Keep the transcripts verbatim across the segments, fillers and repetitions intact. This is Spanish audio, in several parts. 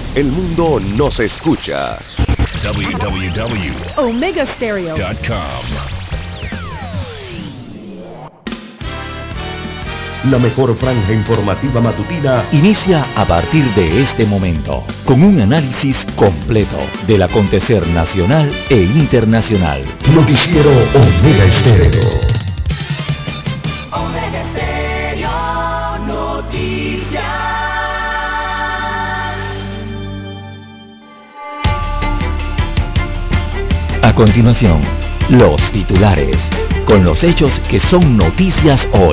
El mundo nos escucha. doble u doble u doble u punto Omega Stereo com. La mejor franja informativa matutina inicia a partir de este momento con un análisis completo del acontecer nacional e internacional. Noticiero Omega Estéreo. Omega Stereo Noticias. A continuación, los titulares, con los hechos que son noticias hoy.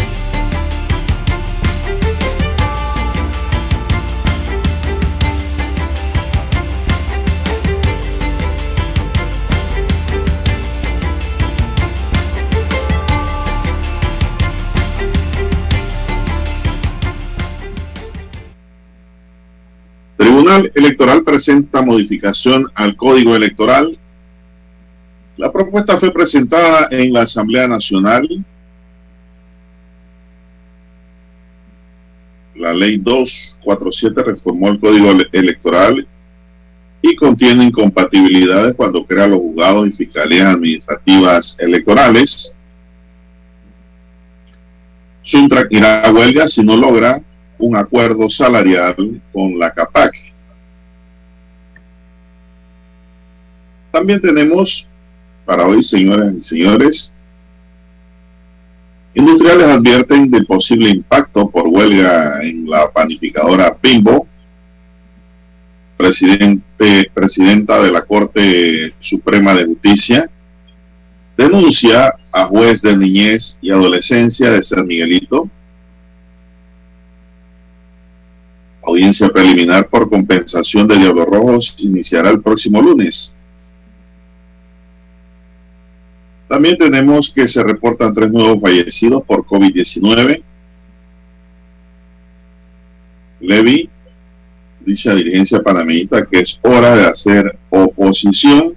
Tribunal Electoral presenta modificación al Código Electoral. La propuesta fue presentada en la Asamblea Nacional. La Ley doscientos cuarenta y siete reformó el Código Electoral y contiene incompatibilidades cuando crea los juzgados y fiscalías administrativas electorales. Suntrack irá a huelga si no logra un acuerdo salarial con la CAPAC. También tenemos para hoy, señoras y señores, industriales advierten de posible impacto por huelga en la panificadora Bimbo. Presidente, presidenta de la Corte Suprema de Justicia denuncia a juez de niñez y adolescencia de San Miguelito. Audiencia preliminar por compensación de Diablos Rojos iniciará el próximo lunes. También tenemos que se reportan tres nuevos fallecidos por COVID diecinueve. Levy dice a dirigencia panameñista que es hora de hacer oposición.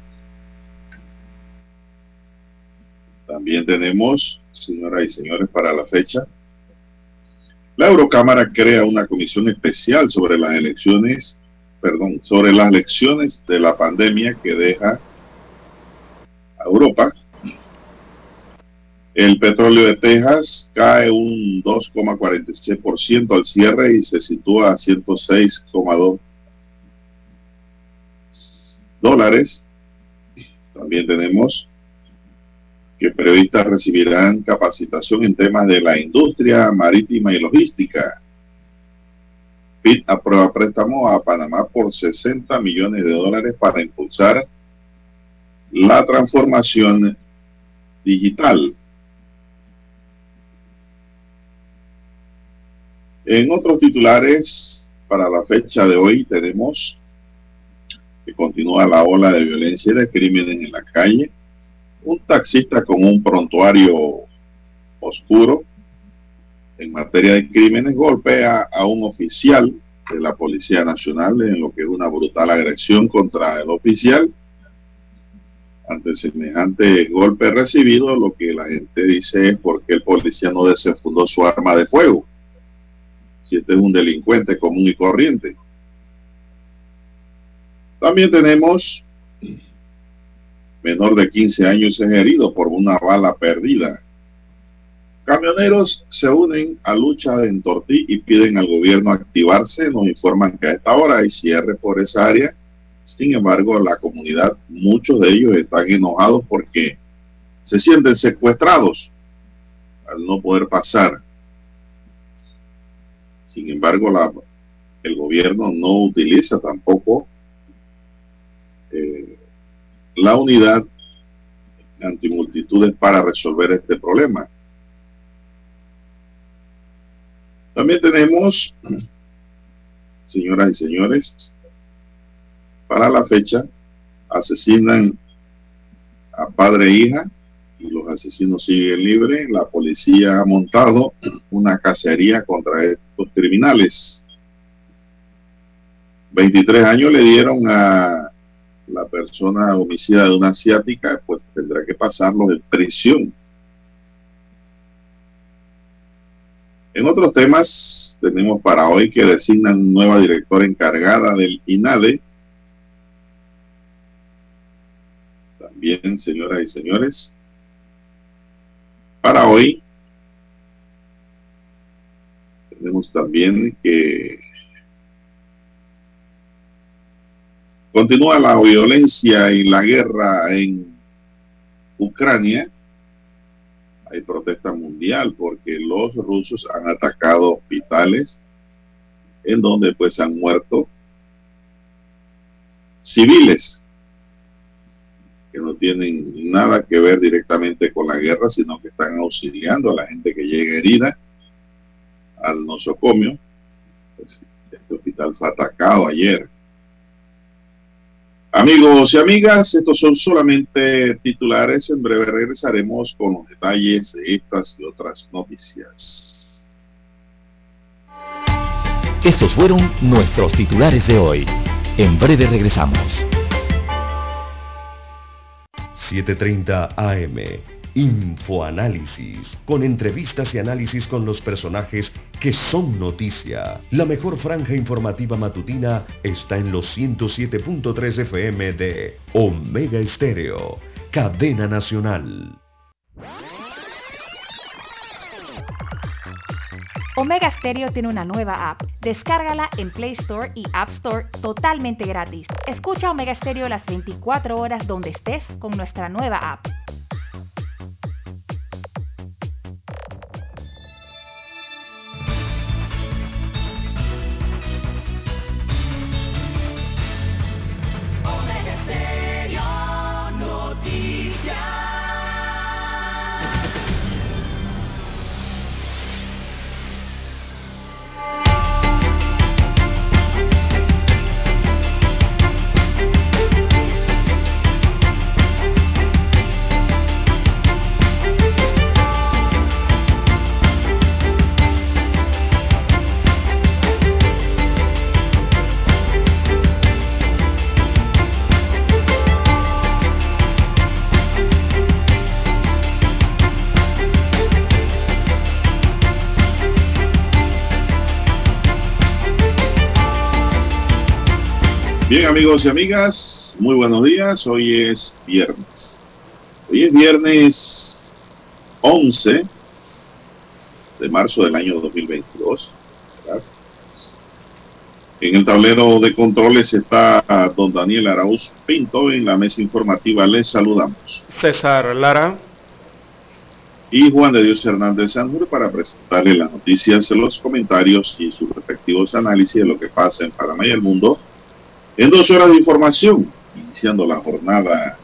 También tenemos, señoras y señores, para la fecha, la Eurocámara crea una comisión especial sobre las elecciones, perdón, sobre las lecciones de la pandemia que deja a Europa. El petróleo de Texas cae un dos coma cuarenta y seis por ciento al cierre y se sitúa a ciento seis coma dos dólares. También tenemos que periodistas recibirán capacitación en temas de la industria marítima y logística. P I D aprueba préstamo a Panamá por sesenta millones de dólares para impulsar la transformación digital. En otros titulares, para la fecha de hoy, tenemos que continúa la ola de violencia y de crímenes en la calle. Un taxista con un prontuario oscuro en materia de crímenes golpea a un oficial de la Policía Nacional en lo que es una brutal agresión contra el oficial. Ante semejante golpe recibido, lo que la gente dice es por qué el policía no desenfundó su arma de fuego, si este es un delincuente común y corriente. También tenemos menor de quince años es herido por una bala perdida. Camioneros se unen a lucha en Tortí y piden al gobierno activarse. Nos informan que a esta hora hay cierre por esa área. Sin embargo, la comunidad, muchos de ellos están enojados porque se sienten secuestrados al no poder pasar. Sin embargo, la, el gobierno no utiliza tampoco eh, la unidad antimultitudes para resolver este problema. También tenemos, señoras y señores, para la fecha, asesinan a padre e hija y los asesinos siguen libres. La policía ha montado una cacería contra estos criminales. veintitrés años le dieron a la persona homicida de una asiática, pues tendrá que pasarlo en prisión. En otros temas, tenemos para hoy que designan nueva directora encargada del INADE. También, señoras y señores, para hoy tenemos también que continúa la violencia y la guerra en Ucrania. Hay protesta mundial porque los rusos han atacado hospitales en donde pues han muerto civiles que no tienen nada que ver directamente con la guerra, sino que están auxiliando a la gente que llega herida al nosocomio. Pues, este hospital fue atacado ayer. Amigos y amigas, estos son solamente titulares. En breve regresaremos con los detalles de estas y otras noticias. Estos fueron nuestros titulares de hoy. En breve regresamos. siete treinta A M, Infoanálisis, con entrevistas y análisis con los personajes que son noticia. La mejor franja informativa matutina está en los ciento siete punto tres F M de Omega Estéreo, cadena nacional. Omega Stereo tiene una nueva app. Descárgala en Play Store y App Store totalmente gratis. Escucha Omega Stereo las veinticuatro horas donde estés con nuestra nueva app. Omega Stereo Noticias. Bien, amigos y amigas, muy buenos días. Hoy es viernes. Hoy es viernes once de marzo del año dos mil veintidós. ¿verdad? En el tablero de controles está don Daniel Arauz Pinto. En la mesa informativa les saludamos César Lara y Juan de Dios Hernández Sanjur para presentarle las noticias, los comentarios y sus respectivos análisis de lo que pasa en Panamá y el mundo en dos horas de información, iniciando la jornada.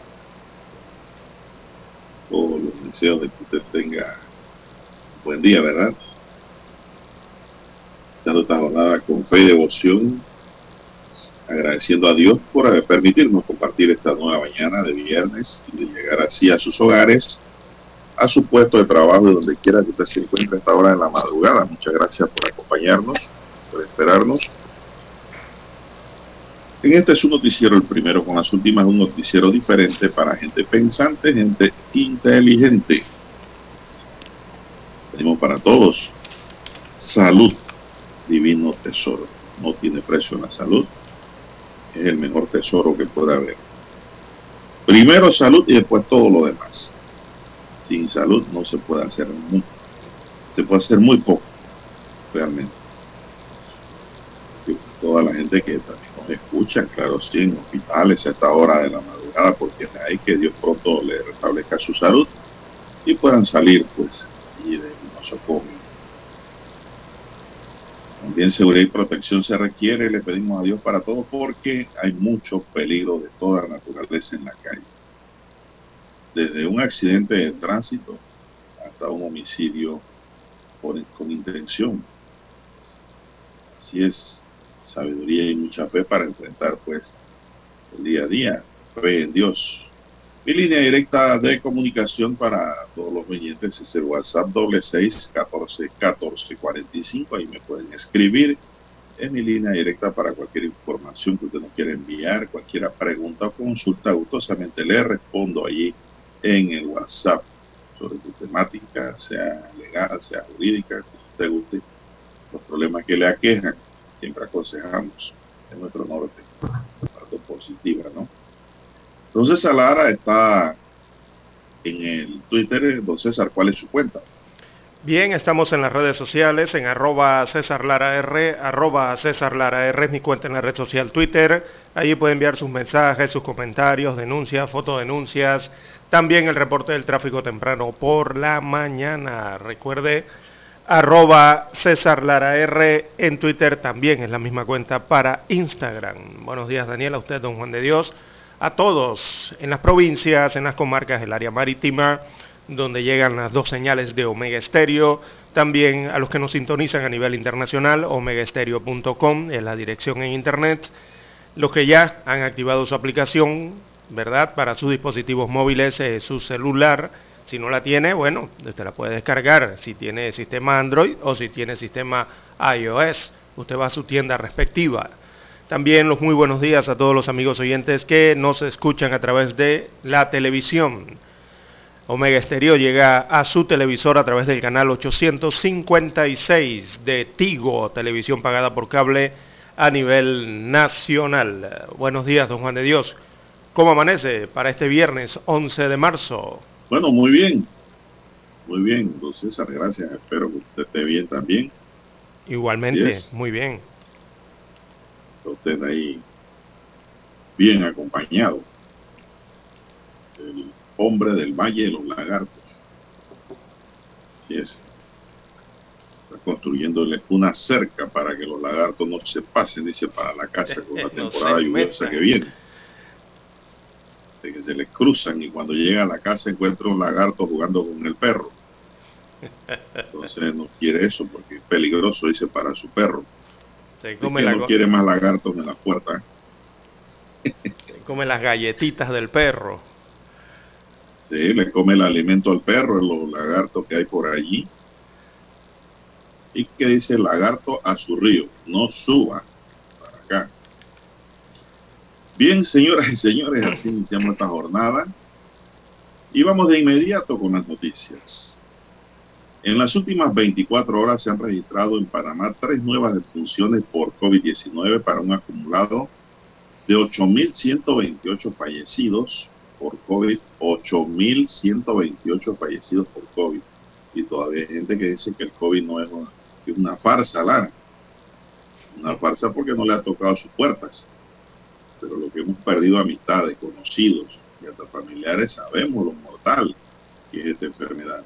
Todos los deseos de que usted tenga un buen día, ¿verdad? Dando esta jornada con fe y devoción, agradeciendo a Dios por permitirnos compartir esta nueva mañana de viernes y de llegar así a sus hogares, a su puesto de trabajo y donde quiera que usted se encuentre a esta hora de la madrugada. Muchas gracias por acompañarnos, por esperarnos. En este es su noticiero, el primero con las últimas, un noticiero diferente para gente pensante, gente inteligente. Tenemos para todos salud, divino tesoro. No tiene precio la salud, es el mejor tesoro que puede haber. Primero salud y después todo lo demás. Sin salud no se puede hacer mucho, se puede hacer muy poco, realmente. Toda la gente que también nos escucha, claro, sí, en hospitales a esta hora de la madrugada, porque hay que Dios pronto le restablezca su salud y puedan salir, pues, y de nosocomio. También seguridad y protección se requiere, le pedimos a Dios para todos, porque hay mucho peligro de toda naturaleza en la calle. Desde un accidente de tránsito hasta un homicidio por, con intención. Así es. Sabiduría y mucha fe para enfrentar pues el día a día, fe en Dios. Mi línea directa de comunicación para todos los oyentes es el WhatsApp doble seis catorce catorce cuarenta y cinco. Ahí me pueden escribir. Es mi línea directa para cualquier información que usted nos quiera enviar, cualquier pregunta o consulta, gustosamente le respondo allí en el WhatsApp sobre tu temática, sea legal, sea jurídica, que te guste, los problemas que le aquejan, siempre aconsejamos en nuestro norte, parte positiva, ¿no? Entonces, Lara está en el Twitter. Don César, ¿cuál es su cuenta? Bien, estamos en las redes sociales, en arroba César Lara R, arroba César Lara R es mi cuenta en la red social Twitter. Allí puede enviar sus mensajes, sus comentarios, denuncias, fotodenuncias. También el reporte del tráfico temprano por la mañana. Recuerde, arroba César Lara R en Twitter también es la misma cuenta para Instagram. Buenos días, Daniel, a usted, don Juan de Dios, a todos en las provincias, en las comarcas del área marítima, donde llegan las dos señales de Omega Estéreo, también a los que nos sintonizan a nivel internacional, omega estéreo punto com es la dirección en internet, los que ya han activado su aplicación, ¿verdad?, para sus dispositivos móviles, eh, su celular, si no la tiene, bueno, usted la puede descargar, si tiene sistema Android o si tiene sistema iOS, usted va a su tienda respectiva. También los muy buenos días a todos los amigos oyentes que nos escuchan a través de la televisión. Omega Estéreo llega a su televisor a través del canal ochocientos cincuenta y seis de Tigo, televisión pagada por cable a nivel nacional. Buenos días, don Juan de Dios. ¿Cómo amanece para este viernes once de marzo? Bueno, muy bien. Muy bien, don César, gracias. Espero que usted esté bien también. Igualmente, muy bien. Está usted ahí bien acompañado. El hombre del Valle de los Lagartos. Así es. Está construyéndole una cerca para que los lagartos no se pasen, dice, para la casa con la temporada no lluviosa que viene. De que se les cruzan y cuando llega a la casa encuentra un lagarto jugando con el perro. Entonces no quiere eso porque es peligroso, dice, para su perro. Se come es que la no quiere más lagartos en la puerta. Se come las galletitas del perro. Sí, le come el alimento al perro, los lagartos que hay por allí. Y que dice el lagarto a su río, no suba para acá. Bien, señoras y señores, así iniciamos esta jornada. Y vamos de inmediato con las noticias. En las últimas veinticuatro horas se han registrado en Panamá tres nuevas defunciones por COVID diecinueve para un acumulado de ocho mil ciento veintiocho fallecidos por COVID, ocho mil ciento veintiocho fallecidos por COVID. Y todavía hay gente que dice que el COVID no es una, es una farsa, Lara. Una farsa porque no le ha tocado sus puertas. Pero lo que hemos perdido amistades, conocidos y hasta familiares, sabemos lo mortal que es esta enfermedad.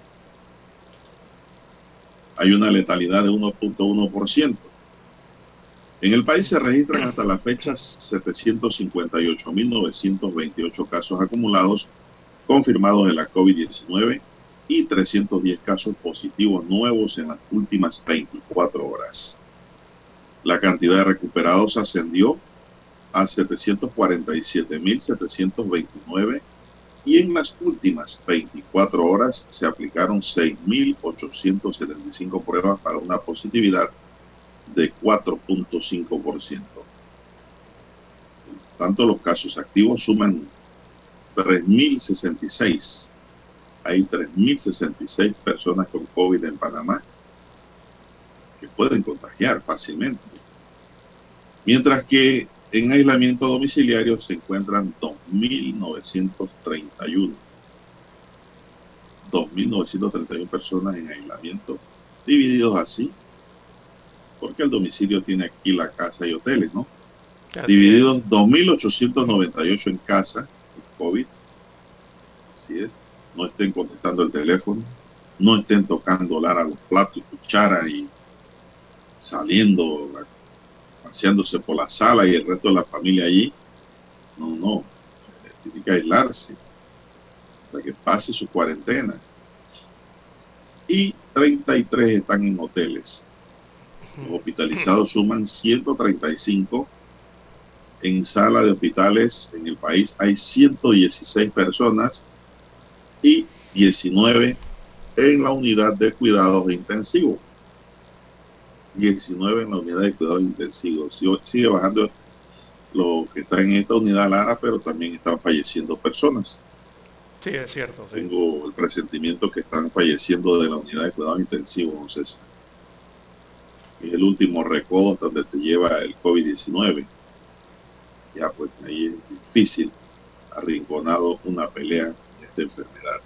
Hay una letalidad de uno punto uno por ciento. En el país se registran hasta la fecha setecientos cincuenta y ocho mil novecientos veintiocho casos acumulados confirmados de la COVID diecinueve y trescientos diez casos positivos nuevos en las últimas veinticuatro horas. La cantidad de recuperados ascendió a setecientos cuarenta y siete mil setecientos veintinueve y en las últimas veinticuatro horas se aplicaron seis mil ochocientos setenta y cinco pruebas para una positividad de cuatro punto cinco por ciento. Tanto los casos activos suman tres mil sesenta y seis. Hay tres mil sesenta y seis personas con COVID en Panamá que pueden contagiar fácilmente. Mientras que en aislamiento domiciliario se encuentran dos mil novecientos treinta y uno. dos mil novecientos treinta y uno personas en aislamiento, divididos así, porque el domicilio tiene aquí la casa y hoteles, ¿no? Así divididos es. dos mil ochocientos noventa y ocho en casa, COVID. Así es. No estén contestando el teléfono, no estén tocando lara los platos y cucharas y saliendo, paseándose por la sala y el resto de la familia allí. No, no. Tiene que aislarse para que pase su cuarentena. Y treinta y tres están en hoteles. Los hospitalizados suman ciento treinta y cinco. En sala de hospitales en el país hay ciento dieciséis personas y diecinueve en la unidad de cuidados intensivos. diecinueve en la unidad de cuidados intensivos. Sigue, sigue bajando lo que está en esta unidad, Lara, pero también están falleciendo personas. Sí, es cierto. Sí. Tengo el presentimiento que están falleciendo de la unidad de cuidados intensivos, César. es el último recodo donde te lleva el COVID diecinueve. Ya pues ahí es difícil, arrinconado una pelea de esta enfermedad.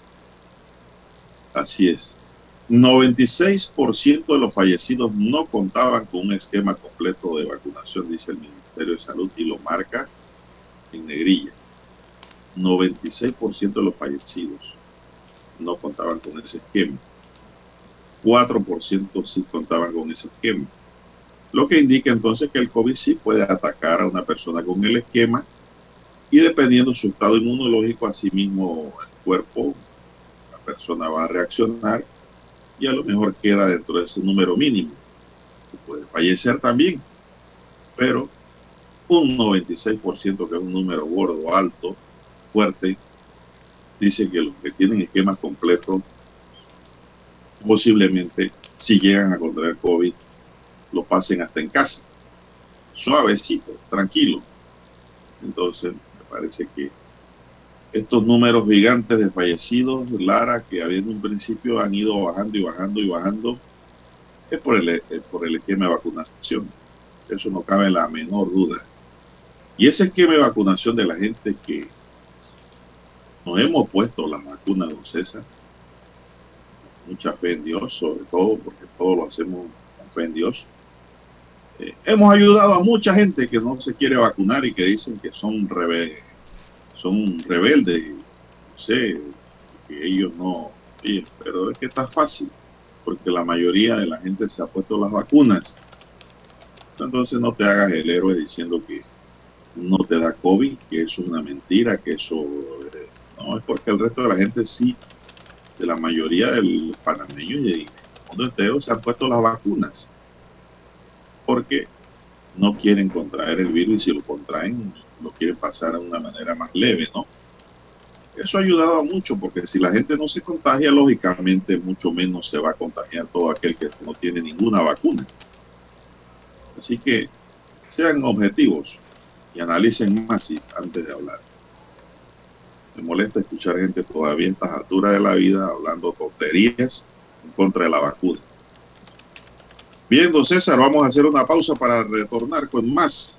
Así es. noventa y seis por ciento de los fallecidos no contaban con un esquema completo de vacunación, dice el Ministerio de Salud, y lo marca en negrilla. noventa y seis por ciento de los fallecidos no contaban con ese esquema. cuatro por ciento sí contaban con ese esquema. Lo que indica entonces que el COVID sí puede atacar a una persona con el esquema y dependiendo de su estado inmunológico, así mismo el cuerpo, la persona va a reaccionar y a lo mejor queda dentro de ese número mínimo. Puede fallecer también, pero un noventa y seis por ciento, que es un número gordo, alto, fuerte, dice que los que tienen esquemas completos posiblemente, si llegan a contraer COVID, lo pasen hasta en casa, suavecito, tranquilo. Entonces, me parece que estos números gigantes de fallecidos, Lara, que había en un principio han ido bajando y bajando y bajando, es por el, por el esquema de vacunación. Eso no cabe la menor duda. Y ese esquema de vacunación de la gente que nos hemos puesto la vacuna, don César, mucha fe en Dios, sobre todo, porque todo lo hacemos con fe en Dios. Eh, hemos ayudado a mucha gente que no se quiere vacunar y que dicen que son, rebe son rebeldes, no sé, que ellos no, sí, pero es que está fácil, porque la mayoría de la gente se ha puesto las vacunas. Entonces no te hagas el héroe diciendo que no te da COVID, que eso es una mentira, que eso eh, no, es porque el resto de la gente sí, de la mayoría de los panameños y del mundo entero se han puesto las vacunas porque no quieren contraer el virus, y si lo contraen lo quieren pasar de una manera más leve, ¿no? Eso ha ayudado mucho, porque si la gente no se contagia, lógicamente mucho menos se va a contagiar todo aquel que no tiene ninguna vacuna. Así que sean objetivos y analicen más antes de hablar. Me molesta escuchar gente todavía a estas alturas de la vida hablando tonterías en contra de la vacuna. Bien, don César, vamos a hacer una pausa para retornar con más.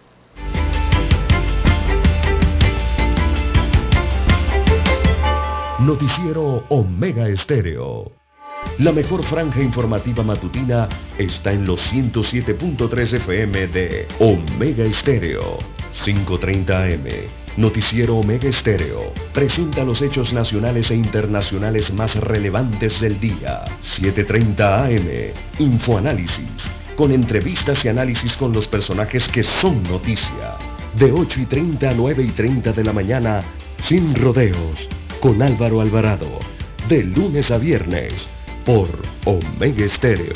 Noticiero Omega Estéreo. La mejor franja informativa matutina está en los ciento siete punto tres F M de Omega Estéreo. cinco treinta A M. Noticiero Omega Estéreo presenta los hechos nacionales e internacionales más relevantes del día. siete treinta A M. Infoanálisis, con entrevistas y análisis con los personajes que son noticia. De ocho y treinta a nueve y treinta de la mañana, sin rodeos, con Álvaro Alvarado. De lunes a viernes, por Omega Estéreo.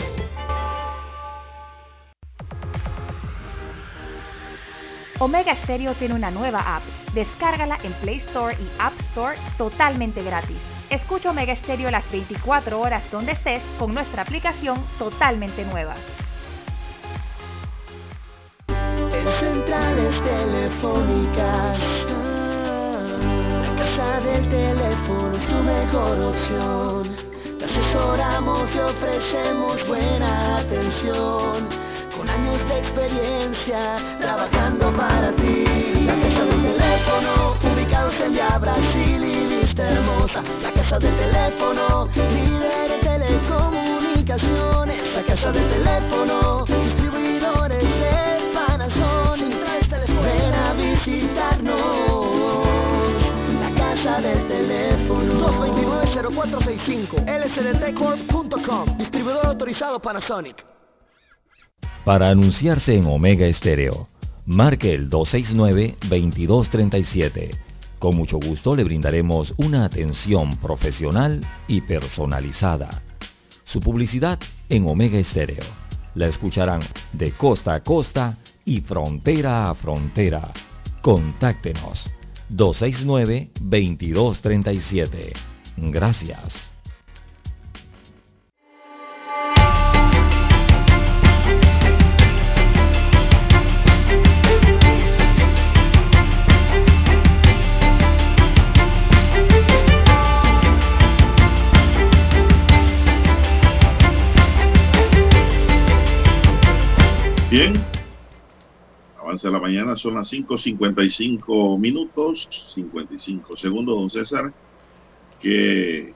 Omega Stereo tiene una nueva app. Descárgala en Play Store y App Store totalmente gratis. Escucha Omega Stereo las veinticuatro horas donde estés con nuestra aplicación totalmente nueva. En centrales telefónicas, la casa del teléfono es tu mejor opción. Te asesoramos y ofrecemos buena atención. Con años de experiencia, trabajando para ti. La casa del teléfono, ubicados en Via Brasil y Vista Hermosa. La casa del teléfono, líder de telecomunicaciones. La casa del teléfono, distribuidores de Panasonic. Ven a visitarnos. La casa del teléfono. dos dos nueve, cero cuatro seis cinco, L C D T corp punto com. Distribuidor autorizado Panasonic. Para anunciarse en Omega Estéreo, marque el dos seis nueve, veintidós treinta y siete. Con mucho gusto le brindaremos una atención profesional y personalizada. Su publicidad en Omega Estéreo. La escucharán de costa a costa y frontera a frontera. Contáctenos dos seis nueve, veintidós treinta y siete. Gracias. Avance la mañana, son las cinco cincuenta y cinco minutos, cincuenta y cinco segundos, don César. ¿Qué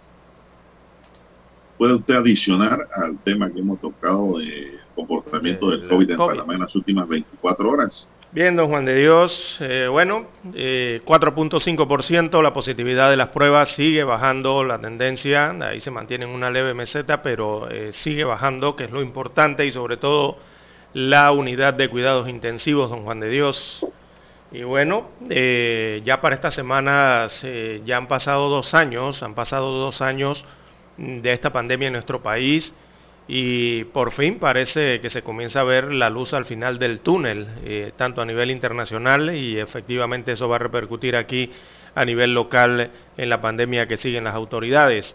puede usted adicionar al tema que hemos tocado de comportamiento del COVID en Panamá en las últimas veinticuatro horas? Bien, don Juan de Dios, eh, bueno, eh, cuatro punto cinco por ciento la positividad de las pruebas sigue bajando la tendencia, ahí se mantiene en una leve meseta, pero eh, sigue bajando, que es lo importante, y sobre todo la unidad de cuidados intensivos, don Juan de Dios. Y bueno, eh, ya para estas semanas eh, ya han pasado dos años, han pasado dos años de esta pandemia en nuestro país, y por fin parece que se comienza a ver la luz al final del túnel, eh, tanto a nivel internacional, y efectivamente eso va a repercutir aquí a nivel local en la pandemia que siguen las autoridades.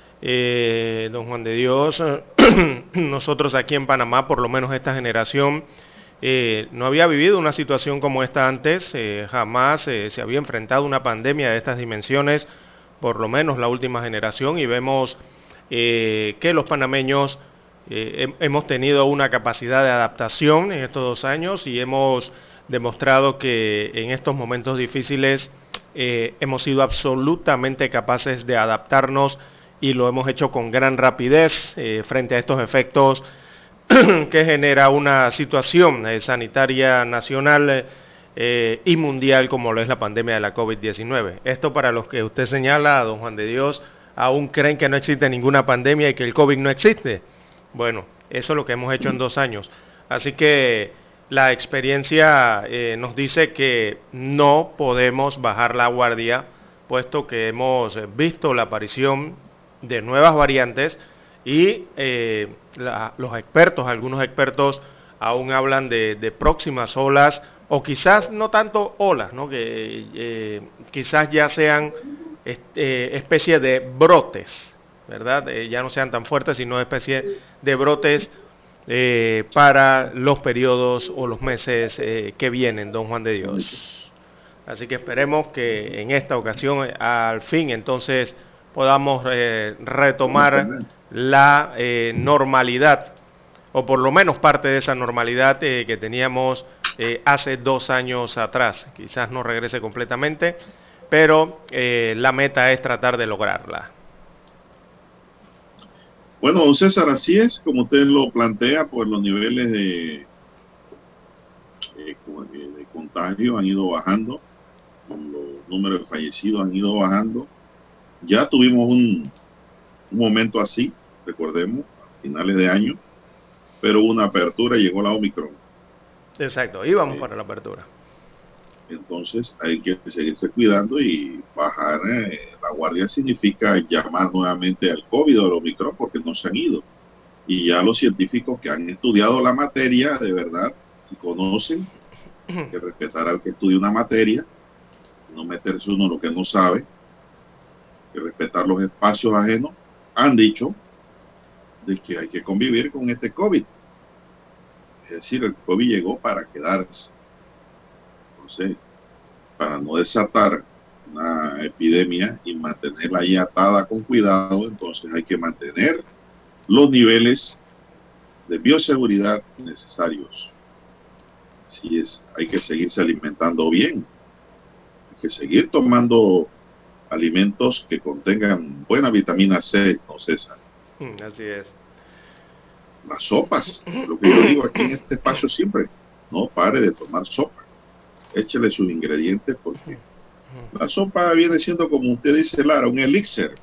Eh, don Juan de Dios, nosotros aquí en Panamá, por lo menos esta generación, eh, no había vivido una situación como esta antes, eh, jamás eh, se había enfrentado una pandemia de estas dimensiones, por lo menos la última generación, y vemos eh, que los panameños eh, hemos tenido una capacidad de adaptación en estos dos años y hemos demostrado que en estos momentos difíciles eh, hemos sido absolutamente capaces de adaptarnos, y lo hemos hecho con gran rapidez eh, frente a estos efectos que genera una situación eh, sanitaria nacional eh, y mundial como lo es la pandemia de la COVID diecinueve. Esto para los que usted señala, don Juan de Dios, aún creen que no existe ninguna pandemia y que el COVID no existe. Bueno, eso es lo que hemos hecho en dos años. Así que la experiencia eh, nos dice que no podemos bajar la guardia, puesto que hemos visto la aparición de nuevas variantes y eh, la, los expertos, algunos expertos aún hablan de, de próximas olas, o quizás no tanto olas, ¿no? que eh, quizás ya sean este, especie de brotes, ¿verdad? Eh, ya no sean tan fuertes, sino especie de brotes eh, para los periodos o los meses eh, que vienen, don Juan de Dios. Así que esperemos que en esta ocasión, al fin, entonces, podamos eh, retomar la eh, normalidad, o por lo menos parte de esa normalidad eh, que teníamos eh, hace dos años atrás. Quizás no regrese completamente, pero eh, la meta es tratar de lograrla. Bueno, don César, así es como usted lo plantea, pues los niveles de, eh, de contagio han ido bajando, los números de fallecidos han ido bajando. Ya tuvimos un, un momento así, recordemos, a finales de año, pero una apertura y llegó la Omicron. Exacto, íbamos eh, para la apertura. Entonces hay que seguirse cuidando y bajar eh, la guardia significa llamar nuevamente al COVID o al Omicron, porque no se han ido. Y ya los científicos que han estudiado la materia de verdad y conocen que respetar al que estudia una materia, no meterse uno en lo que no sabe, que respetar los espacios ajenos, han dicho de que hay que convivir con este COVID. Es decir, el COVID llegó para quedarse. Entonces, para no desatar una epidemia y mantenerla ahí atada con cuidado, entonces hay que mantener los niveles de bioseguridad necesarios. Así es, hay que seguirse alimentando bien, hay que seguir tomando alimentos que contengan buena vitamina C, no César. Así es. Las sopas, lo que yo digo aquí en este espacio siempre, no pare de tomar sopa. Échele sus ingredientes porque la sopa viene siendo, como usted dice, Lara, un elixir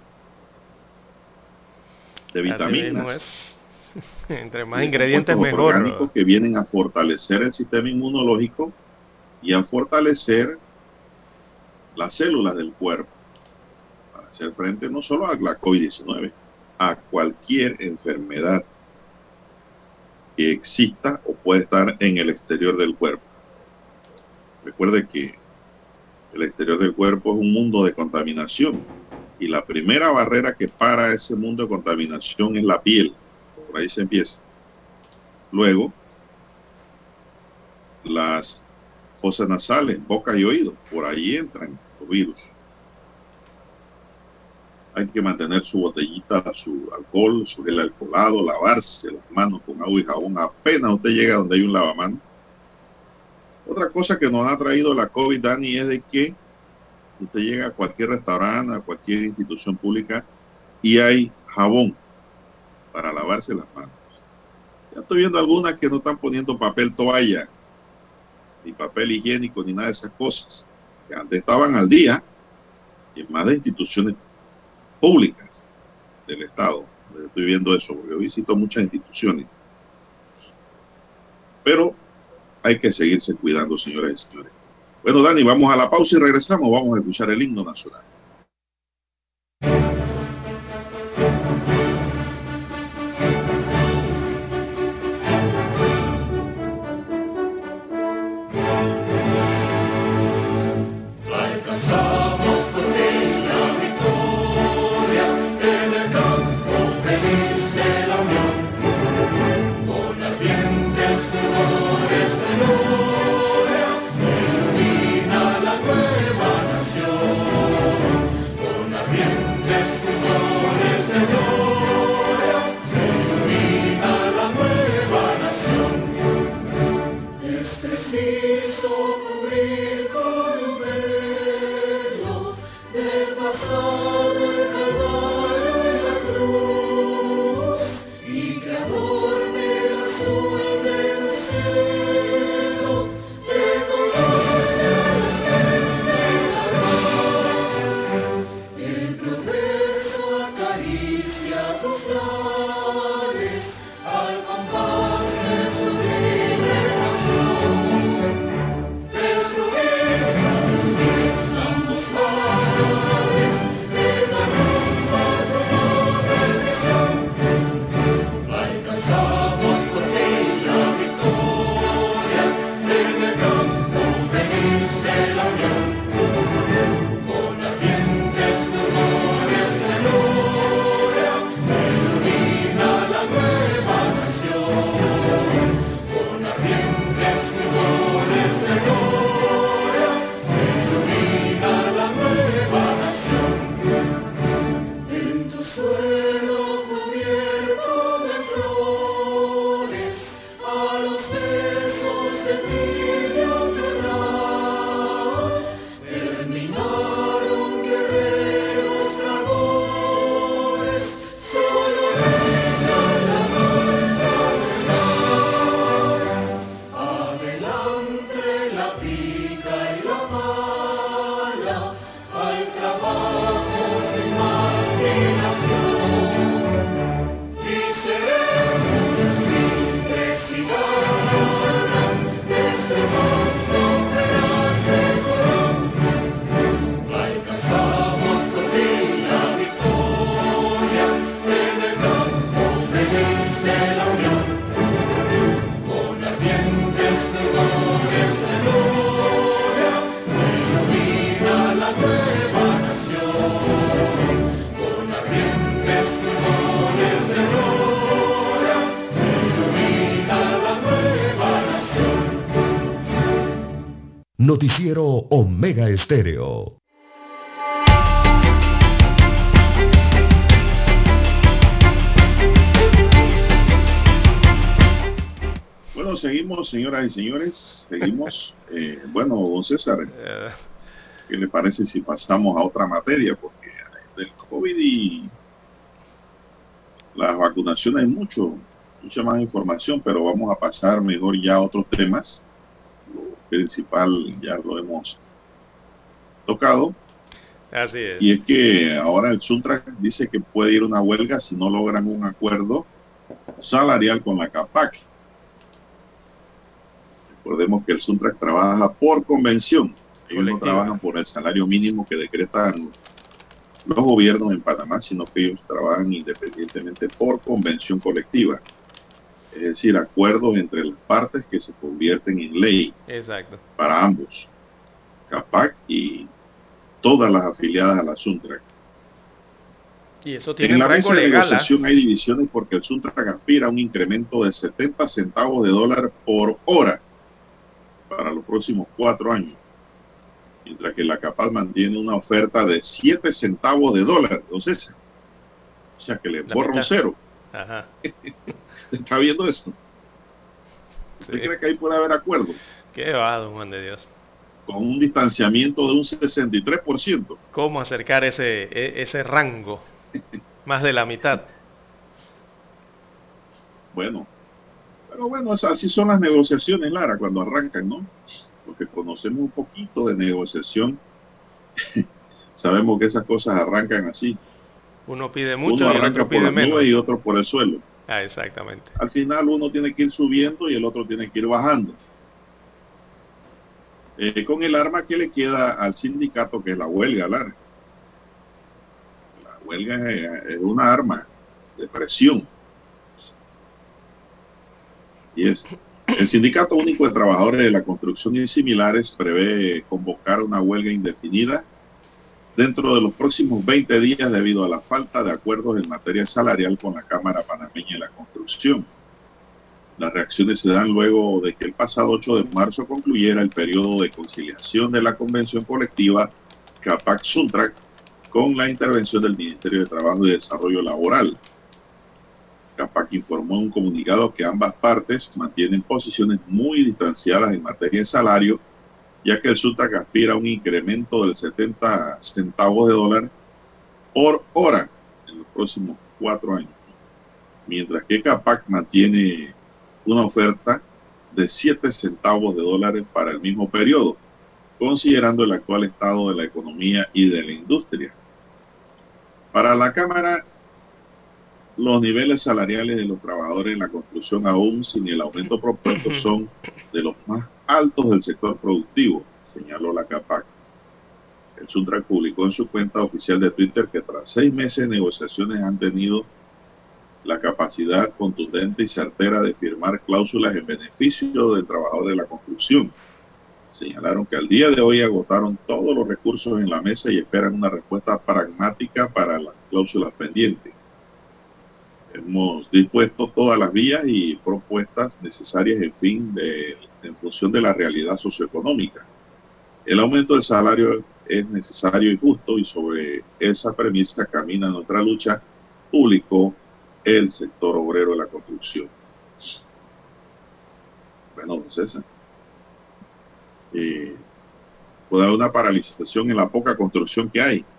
de vitaminas. Entre más ingredientes mejor. Orgánicos que vienen a fortalecer el sistema inmunológico y a fortalecer las células del cuerpo para hacer frente no solo a la COVID diecinueve, a cualquier enfermedad que exista o puede estar en el exterior del cuerpo. Recuerde que el exterior del cuerpo es un mundo de contaminación y la primera barrera que para ese mundo de contaminación es la piel. Por ahí se empieza. Luego, las fosas nasales, boca y oído, por ahí entran los virus. Hay que mantener su botellita, su alcohol, su gel alcoholado, lavarse las manos con agua y jabón. Apenas usted llega donde hay un lavamanos, Otra cosa que nos ha traído la COVID, Dani, es de que usted llega a cualquier restaurante, a cualquier institución pública y hay jabón para lavarse las manos. Ya estoy viendo algunas que no están poniendo papel toalla, ni papel higiénico, ni nada de esas cosas, que antes estaban al día, y en más de instituciones públicas del Estado. Estoy viendo eso, porque yo visito muchas instituciones. Pero hay que seguirse cuidando, señoras y señores. Bueno, Dani, vamos a la pausa y regresamos. Vamos a escuchar el himno nacional. Noticiero Omega Estéreo. Bueno, seguimos, señoras y señores, seguimos. Eh, bueno, don César, ¿qué le parece si pasamos a otra materia? Porque del COVID y las vacunaciones hay mucho, mucha más información, pero vamos a pasar mejor ya a otros temas. Lo principal ya lo hemos tocado. Así es. Y es que ahora el Suntrac dice que puede ir a una huelga si no logran un acuerdo salarial con la CAPAC. Recordemos que el Suntrac trabaja por convención. Ellos no trabajan por el salario mínimo que decretan los gobiernos en Panamá, sino que ellos trabajan independientemente por convención colectiva. Es decir, acuerdos entre las partes que se convierten en ley. Exacto. Para ambos, CAPAC y todas las afiliadas a la Suntrac. Y eso tiene en la rango mesa de legal, negociación ¿eh? Hay divisiones porque el Suntrac aspira a un incremento de setenta centavos de dólar por hora para los próximos cuatro años, mientras que la CAPAC mantiene una oferta de siete centavos de dólar. Entonces, o sea que le borra un cero. Ajá. ¿Está viendo eso? ¿Usted sí. cree que ahí puede haber acuerdo? Qué va, don Juan de Dios. Con un distanciamiento de un sesenta y tres por ciento. ¿Cómo acercar ese, e, ese rango? Más de la mitad. Bueno, pero bueno, así son las negociaciones, Lara, cuando arrancan, ¿no? Porque conocemos un poquito de negociación, sabemos que esas cosas arrancan así. Uno pide Uno mucho y el arranca otro por pide las nubes y menos. otro por el suelo. Ah, exactamente. Al final uno tiene que ir subiendo y el otro tiene que ir bajando. Eh, con el arma que le queda al sindicato, que es la huelga, Lara. La huelga es, es una arma de presión. Y es el Sindicato Único de Trabajadores de la Construcción y similares prevé convocar una huelga indefinida dentro de los próximos veinte días debido a la falta de acuerdos en materia salarial con la Cámara Panameña de la Construcción. Las reacciones se dan luego de que el pasado ocho de marzo concluyera el periodo de conciliación de la convención colectiva Capac-Suntrac con la intervención del Ministerio de Trabajo y Desarrollo Laboral. Capac informó en un comunicado que ambas partes mantienen posiciones muy distanciadas en materia de salario, ya que el Suntrac aspira a un incremento del setenta centavos de dólar por hora en los próximos cuatro años, mientras que Capac mantiene una oferta de siete centavos de dólares para el mismo periodo, considerando el actual estado de la economía y de la industria. Para la Cámara, los niveles salariales de los trabajadores en la construcción, aún sin el aumento propuesto, son de los más altos del sector productivo, señaló la Capac. El Suntrac publicó en su cuenta oficial de Twitter que tras seis meses de negociaciones han tenido la capacidad contundente y certera de firmar cláusulas en beneficio del trabajador de la construcción. Señalaron que al día de hoy agotaron todos los recursos en la mesa y esperan una respuesta pragmática para las cláusulas pendientes. Hemos dispuesto todas las vías y propuestas necesarias en fin de, en función de la realidad socioeconómica. El aumento del salario es necesario y justo y sobre esa premisa camina nuestra lucha, publicó el sector obrero de la construcción. Bueno, don César, eh, puede haber una paralización en la poca construcción que hay.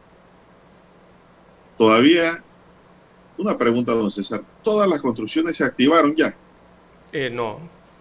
Todavía, una pregunta, don César, ¿todas las construcciones se activaron ya? Eh, no.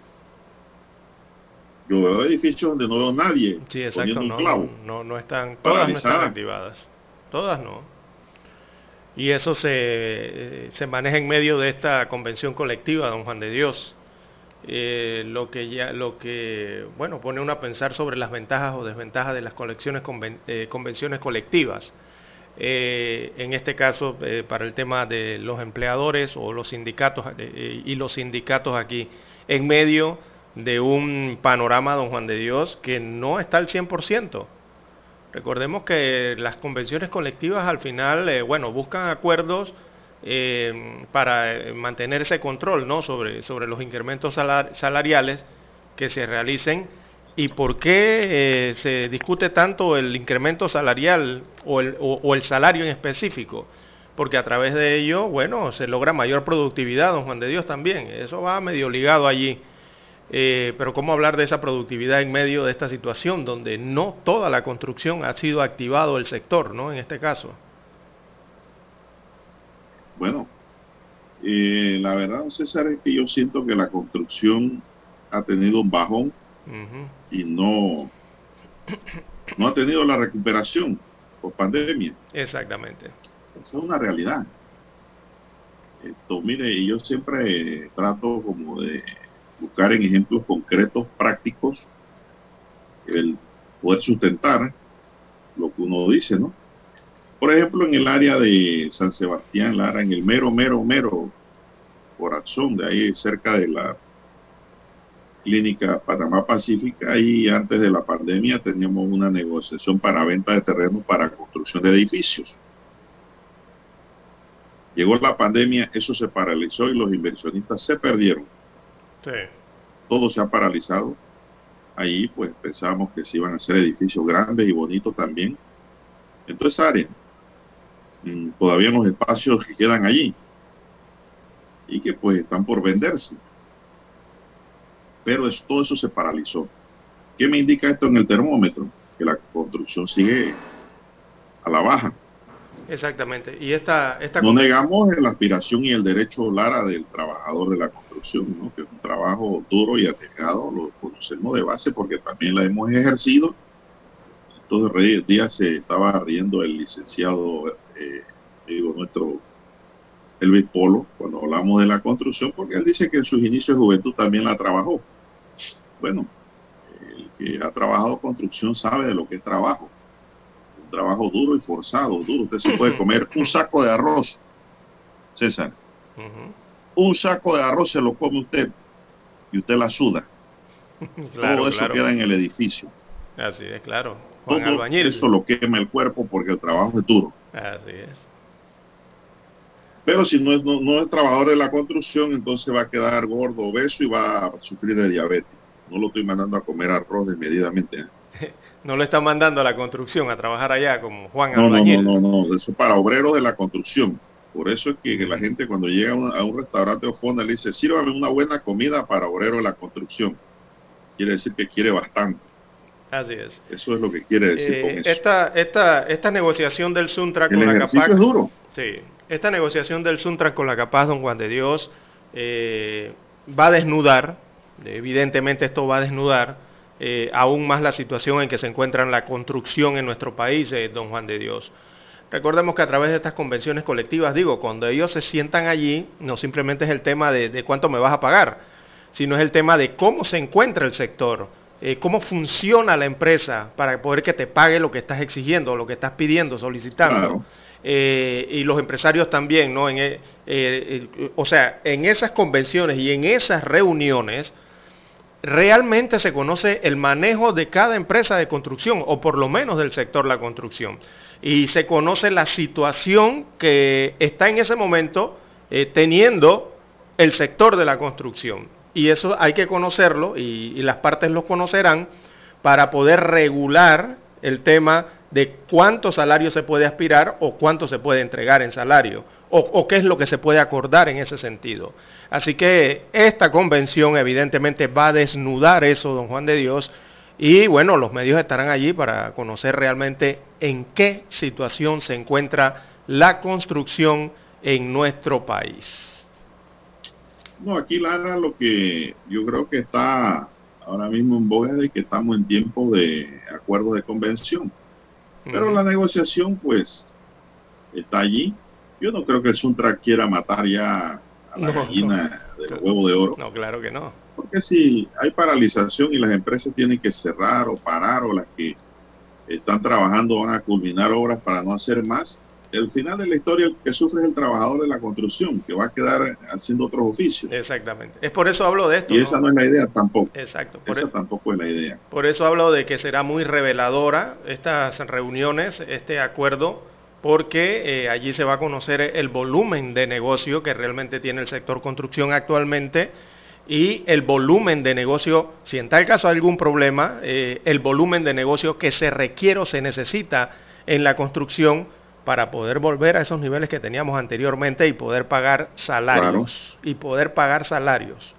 Yo veo edificios donde no veo nadie Sí, exacto, poniendo un no, clavo. no, no, no están, todas no están activadas. Todas no. Y eso se, se maneja en medio de esta convención colectiva, don Juan de Dios. Eh, lo que ya, lo que, bueno, pone uno a pensar sobre las ventajas o desventajas de las colecciones, conven, eh, convenciones colectivas. Eh, en este caso, eh, para el tema de los empleadores o los sindicatos eh, y los sindicatos aquí, en medio de un panorama, don Juan de Dios, que no está al cien por ciento. Recordemos que las convenciones colectivas al final, eh, bueno, buscan acuerdos eh, para mantener ese control, ¿no?, sobre, sobre los incrementos salar, salariales que se realicen. ¿Y por qué eh, se discute tanto el incremento salarial o el, o, o el salario en específico? Porque a través de ello, bueno, se logra mayor productividad, don Juan de Dios, también. Eso va medio ligado allí. Eh, pero ¿cómo hablar de esa productividad en medio de esta situación donde no toda la construcción ha sido activado el sector, ¿no?, en este caso? Bueno, eh, la verdad, César, es que yo siento que la construcción ha tenido un bajón uh-huh. y no, no ha tenido la recuperación por pandemia. Exactamente. Esa es una realidad. Esto, mire, yo siempre trato como de buscar en ejemplos concretos, prácticos, el poder sustentar lo que uno dice, ¿no? Por ejemplo, en el área de San Sebastián, Lara, en el mero, mero, mero corazón de ahí, cerca de la clínica Panamá Pacífica, ahí antes de la pandemia teníamos una negociación para venta de terrenos para construcción de edificios. Llegó la pandemia, eso se paralizó y los inversionistas se perdieron. Sí. Todo se ha paralizado. Allí pues pensábamos que se iban a hacer edificios grandes y bonitos también. En toda esa área. Mm, todavía los espacios que quedan allí. Y que pues están por venderse. pero es, todo eso se paralizó. ¿Qué me indica esto en el termómetro? Que la construcción sigue a la baja. Exactamente. Y esta, esta no negamos la aspiración y el derecho, Lara, del trabajador de la construcción, ¿no? Que es un trabajo duro y arriesgado, lo conocemos de base porque también la hemos ejercido. Estos días se estaba riendo el licenciado, eh, digo, nuestro Elvis Polo, cuando hablamos de la construcción, porque él dice que en sus inicios de juventud también la trabajó. Bueno, el que ha trabajado construcción sabe de lo que es trabajo. Un trabajo duro y forzado, duro. Usted se puede comer un saco de arroz, César. Uh-huh. Un saco de arroz se lo come usted y usted la suda. Claro, todo eso claro. Queda en el edificio. Así es, claro. Juan todo Albañil. Eso lo quema el cuerpo porque el trabajo es duro. Así es. Pero si no es, no, no es trabajador de la construcción, entonces va a quedar gordo, obeso y va a sufrir de diabetes. No lo estoy mandando a comer arroz desmedidamente. ¿eh? No lo está mandando a la construcción a trabajar allá como Juan no, Albañil. No, no, no, no, eso es para obreros de la construcción. Por eso es que, que la gente cuando llega a un, a un restaurante o fonda le dice, sírvame una buena comida para obreros de la construcción. Quiere decir que quiere bastante. Así es. Eso es lo que quiere decir eh, con eso. Esta, esta, esta negociación del Suntrack con la Capaz. Es duro. Sí. Esta negociación del Suntrack con la Capaz, don Juan de Dios, eh, va a desnudar, evidentemente esto va a desnudar eh, aún más la situación en que se encuentra la construcción en nuestro país, eh, don Juan de Dios. Recordemos que a través de estas convenciones colectivas, digo, cuando ellos se sientan allí, no simplemente es el tema de, de cuánto me vas a pagar, sino es el tema de cómo se encuentra el sector, eh, cómo funciona la empresa para poder que te pague lo que estás exigiendo, lo que estás pidiendo, solicitando. Claro. Eh, y los empresarios también, ¿no? En, eh, eh, o sea, en esas convenciones y en esas reuniones, realmente se conoce el manejo de cada empresa de construcción, o por lo menos del sector de la construcción. Y se conoce la situación que está en ese momento eh, teniendo el sector de la construcción. Y eso hay que conocerlo, y, y las partes lo conocerán, para poder regular el tema de cuánto salario se puede aspirar o cuánto se puede entregar en salario, o, o qué es lo que se puede acordar en ese sentido. Así que esta convención evidentemente va a desnudar eso, don Juan de Dios, y bueno, los medios estarán allí para conocer realmente en qué situación se encuentra la construcción en nuestro país. No, aquí, Lara, lo que yo creo que está ahora mismo en boga es de que estamos en tiempo de acuerdo de convención. Pero uh-huh. la negociación, pues, está allí. Yo no creo que el Suntrack quiera matar ya a la no, gallina no. de los huevos de oro. No, claro que no. Porque si hay paralización y las empresas tienen que cerrar o parar, o las que están trabajando van a culminar obras para no hacer más, el final de la historia el que sufre es el trabajador de la construcción, que va a quedar haciendo otros oficios. Exactamente. Es por eso hablo de esto. Y ¿no? esa no es la idea tampoco. Exacto. Por esa eso, tampoco es la idea. Por eso hablo de que será muy reveladora estas reuniones, este acuerdo, porque eh, allí se va a conocer el volumen de negocio que realmente tiene el sector construcción actualmente, y el volumen de negocio, si en tal caso hay algún problema, eh, el volumen de negocio que se requiere o se necesita en la construcción para poder volver a esos niveles que teníamos anteriormente y poder pagar salarios. Claro. Y poder pagar salarios.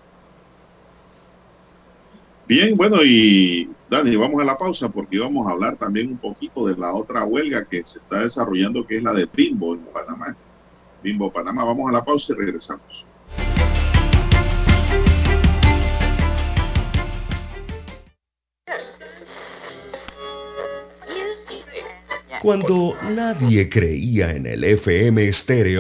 Bien, bueno, y Dani, vamos a la pausa porque vamos a hablar también un poquito de la otra huelga que se está desarrollando, que es la de Bimbo en Panamá. Bimbo, Panamá. Vamos a la pausa y regresamos. Cuando nadie creía en el F M estéreo.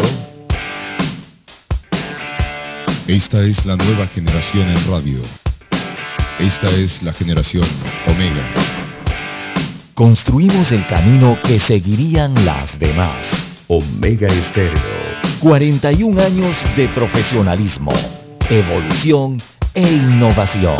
Esta es la nueva generación en radio. Esta es la generación Omega. Construimos el camino que seguirían las demás. Omega Estéreo. cuarenta y un años de profesionalismo, evolución e innovación.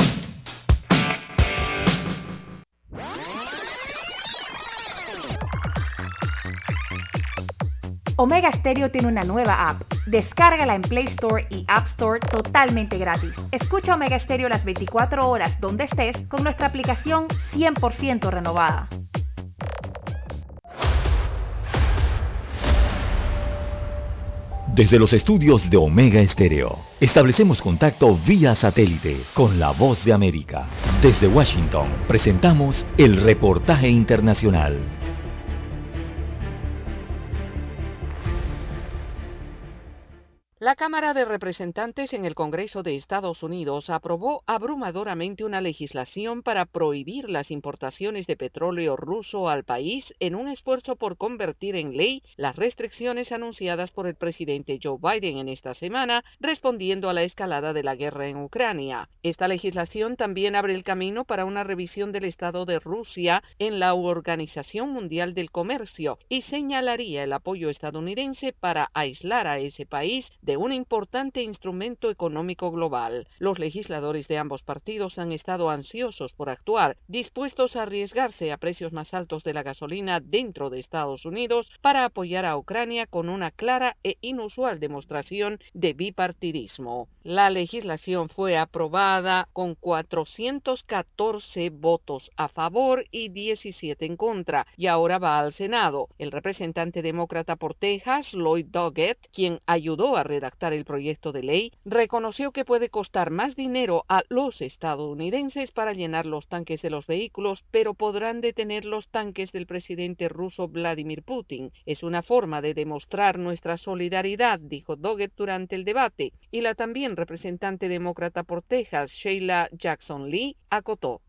Omega Stereo tiene una nueva app. Descárgala en Play Store y App Store totalmente gratis. Escucha Omega Stereo las veinticuatro horas donde estés con nuestra aplicación cien por ciento renovada. Desde los estudios de Omega Estéreo, establecemos contacto vía satélite con la voz de América. Desde Washington, presentamos el reportaje internacional. La Cámara de Representantes en el Congreso de Estados Unidos aprobó abrumadoramente una legislación para prohibir las importaciones de petróleo ruso al país en un esfuerzo por convertir en ley las restricciones anunciadas por el presidente Joe Biden en esta semana, respondiendo a la escalada de la guerra en Ucrania. Esta legislación también abre el camino para una revisión del estado de Rusia en la Organización Mundial del Comercio y señalaría el apoyo estadounidense para aislar a ese país de un importante instrumento económico global. Los legisladores de ambos partidos han estado ansiosos por actuar, dispuestos a arriesgarse a precios más altos de la gasolina dentro de Estados Unidos para apoyar a Ucrania con una clara e inusual demostración de bipartidismo. La legislación fue aprobada con cuatrocientos catorce votos a favor y diecisiete en contra, y ahora va al Senado. El representante demócrata por Texas, Lloyd Doggett, quien ayudó a redactar el proyecto de ley, reconoció que puede costar más dinero a los estadounidenses para llenar los tanques de los vehículos, pero podrán detener los tanques del presidente ruso Vladimir Putin. Es una forma de demostrar nuestra solidaridad, dijo Doggett durante el debate, y la también representante demócrata por Texas, Sheila Jackson Lee, acotó: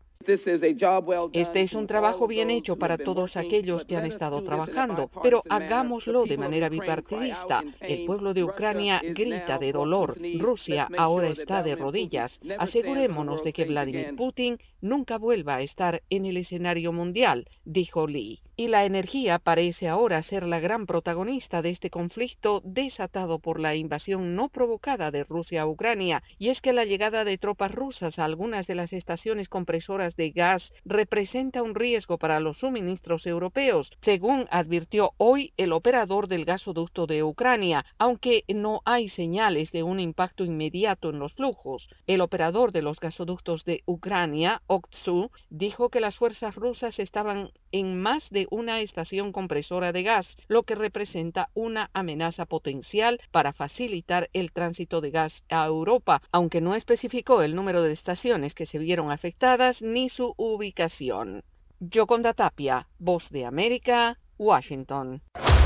Este es un trabajo bien hecho para todos aquellos que han estado trabajando, pero hagámoslo de manera bipartidista. El pueblo de Ucrania grita de dolor. Rusia ahora está de rodillas. Asegurémonos de que Vladimir Putin nunca vuelva a estar en el escenario mundial, dijo Lee. Y la energía parece ahora ser la gran protagonista de este conflicto desatado por la invasión no provocada de Rusia a Ucrania, y es que la llegada de tropas rusas a algunas de las estaciones compresoras de gas representa un riesgo para los suministros europeos, según advirtió hoy el operador del gasoducto de Ucrania, aunque no hay señales de un impacto inmediato en los flujos. El operador de los gasoductos de Ucrania, Oktsu, dijo que las fuerzas rusas estaban en más de una estación compresora de gas, lo que representa una amenaza potencial para facilitar el tránsito de gas a Europa, aunque no especificó el número de estaciones que se vieron afectadas ni su ubicación. Yoconda Tapia, Voz de América, Washington.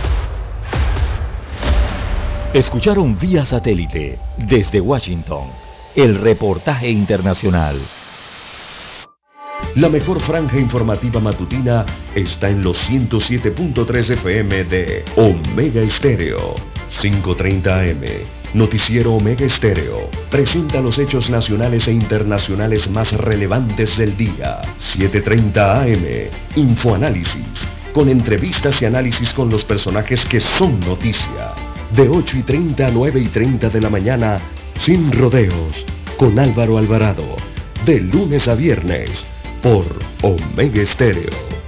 Escucharon vía satélite desde Washington el reportaje internacional. La mejor franja informativa matutina está en los ciento siete punto tres F M de Omega Estéreo. cinco treinta A M. Noticiero Omega Estéreo presenta los hechos nacionales e internacionales más relevantes del día. siete treinta A M. Infoanálisis, con entrevistas y análisis con los personajes que son noticia. De ocho y treinta a nueve y treinta de la mañana, sin rodeos, con Álvaro Alvarado. De lunes a viernes, por Omega Estéreo.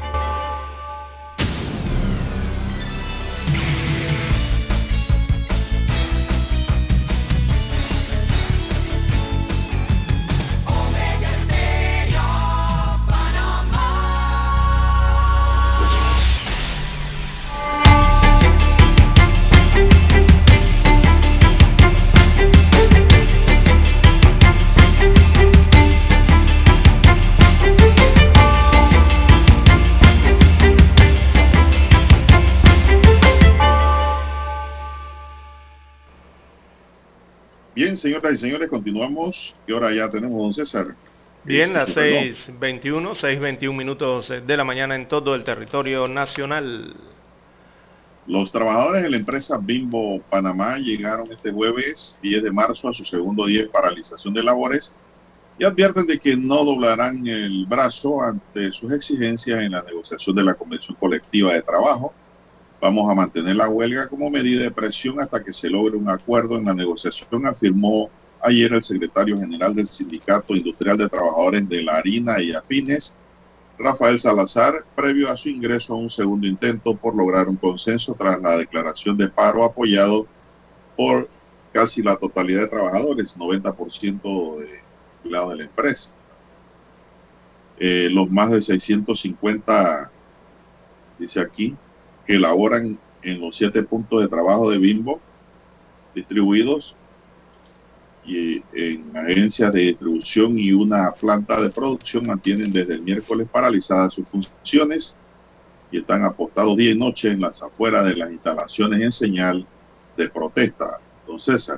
Bien, señoras y señores, continuamos. ¿Qué hora ya tenemos, don César? Bien, las seis veintiuno, seis veintiuno minutos de la mañana en todo el territorio nacional. Los trabajadores de la empresa Bimbo Panamá llegaron este jueves diez de marzo a su segundo día de paralización de labores y advierten de que no doblarán el brazo ante sus exigencias en la negociación de la convención colectiva de trabajo. Vamos a mantener la huelga como medida de presión hasta que se logre un acuerdo en la negociación, afirmó ayer el secretario general del Sindicato Industrial de Trabajadores de la Harina y Afines, Rafael Salazar, previo a su ingreso a un segundo intento por lograr un consenso tras la declaración de paro apoyado por casi la totalidad de trabajadores, noventa por ciento de empleados de la empresa. Eh, los más de seiscientos cincuenta, dice aquí, que laboran en los siete puntos de trabajo de Bimbo, distribuidos y en agencias de distribución y una planta de producción mantienen desde el miércoles paralizadas sus funciones y están apostados día y noche en las afueras de las instalaciones en señal de protesta. Don César,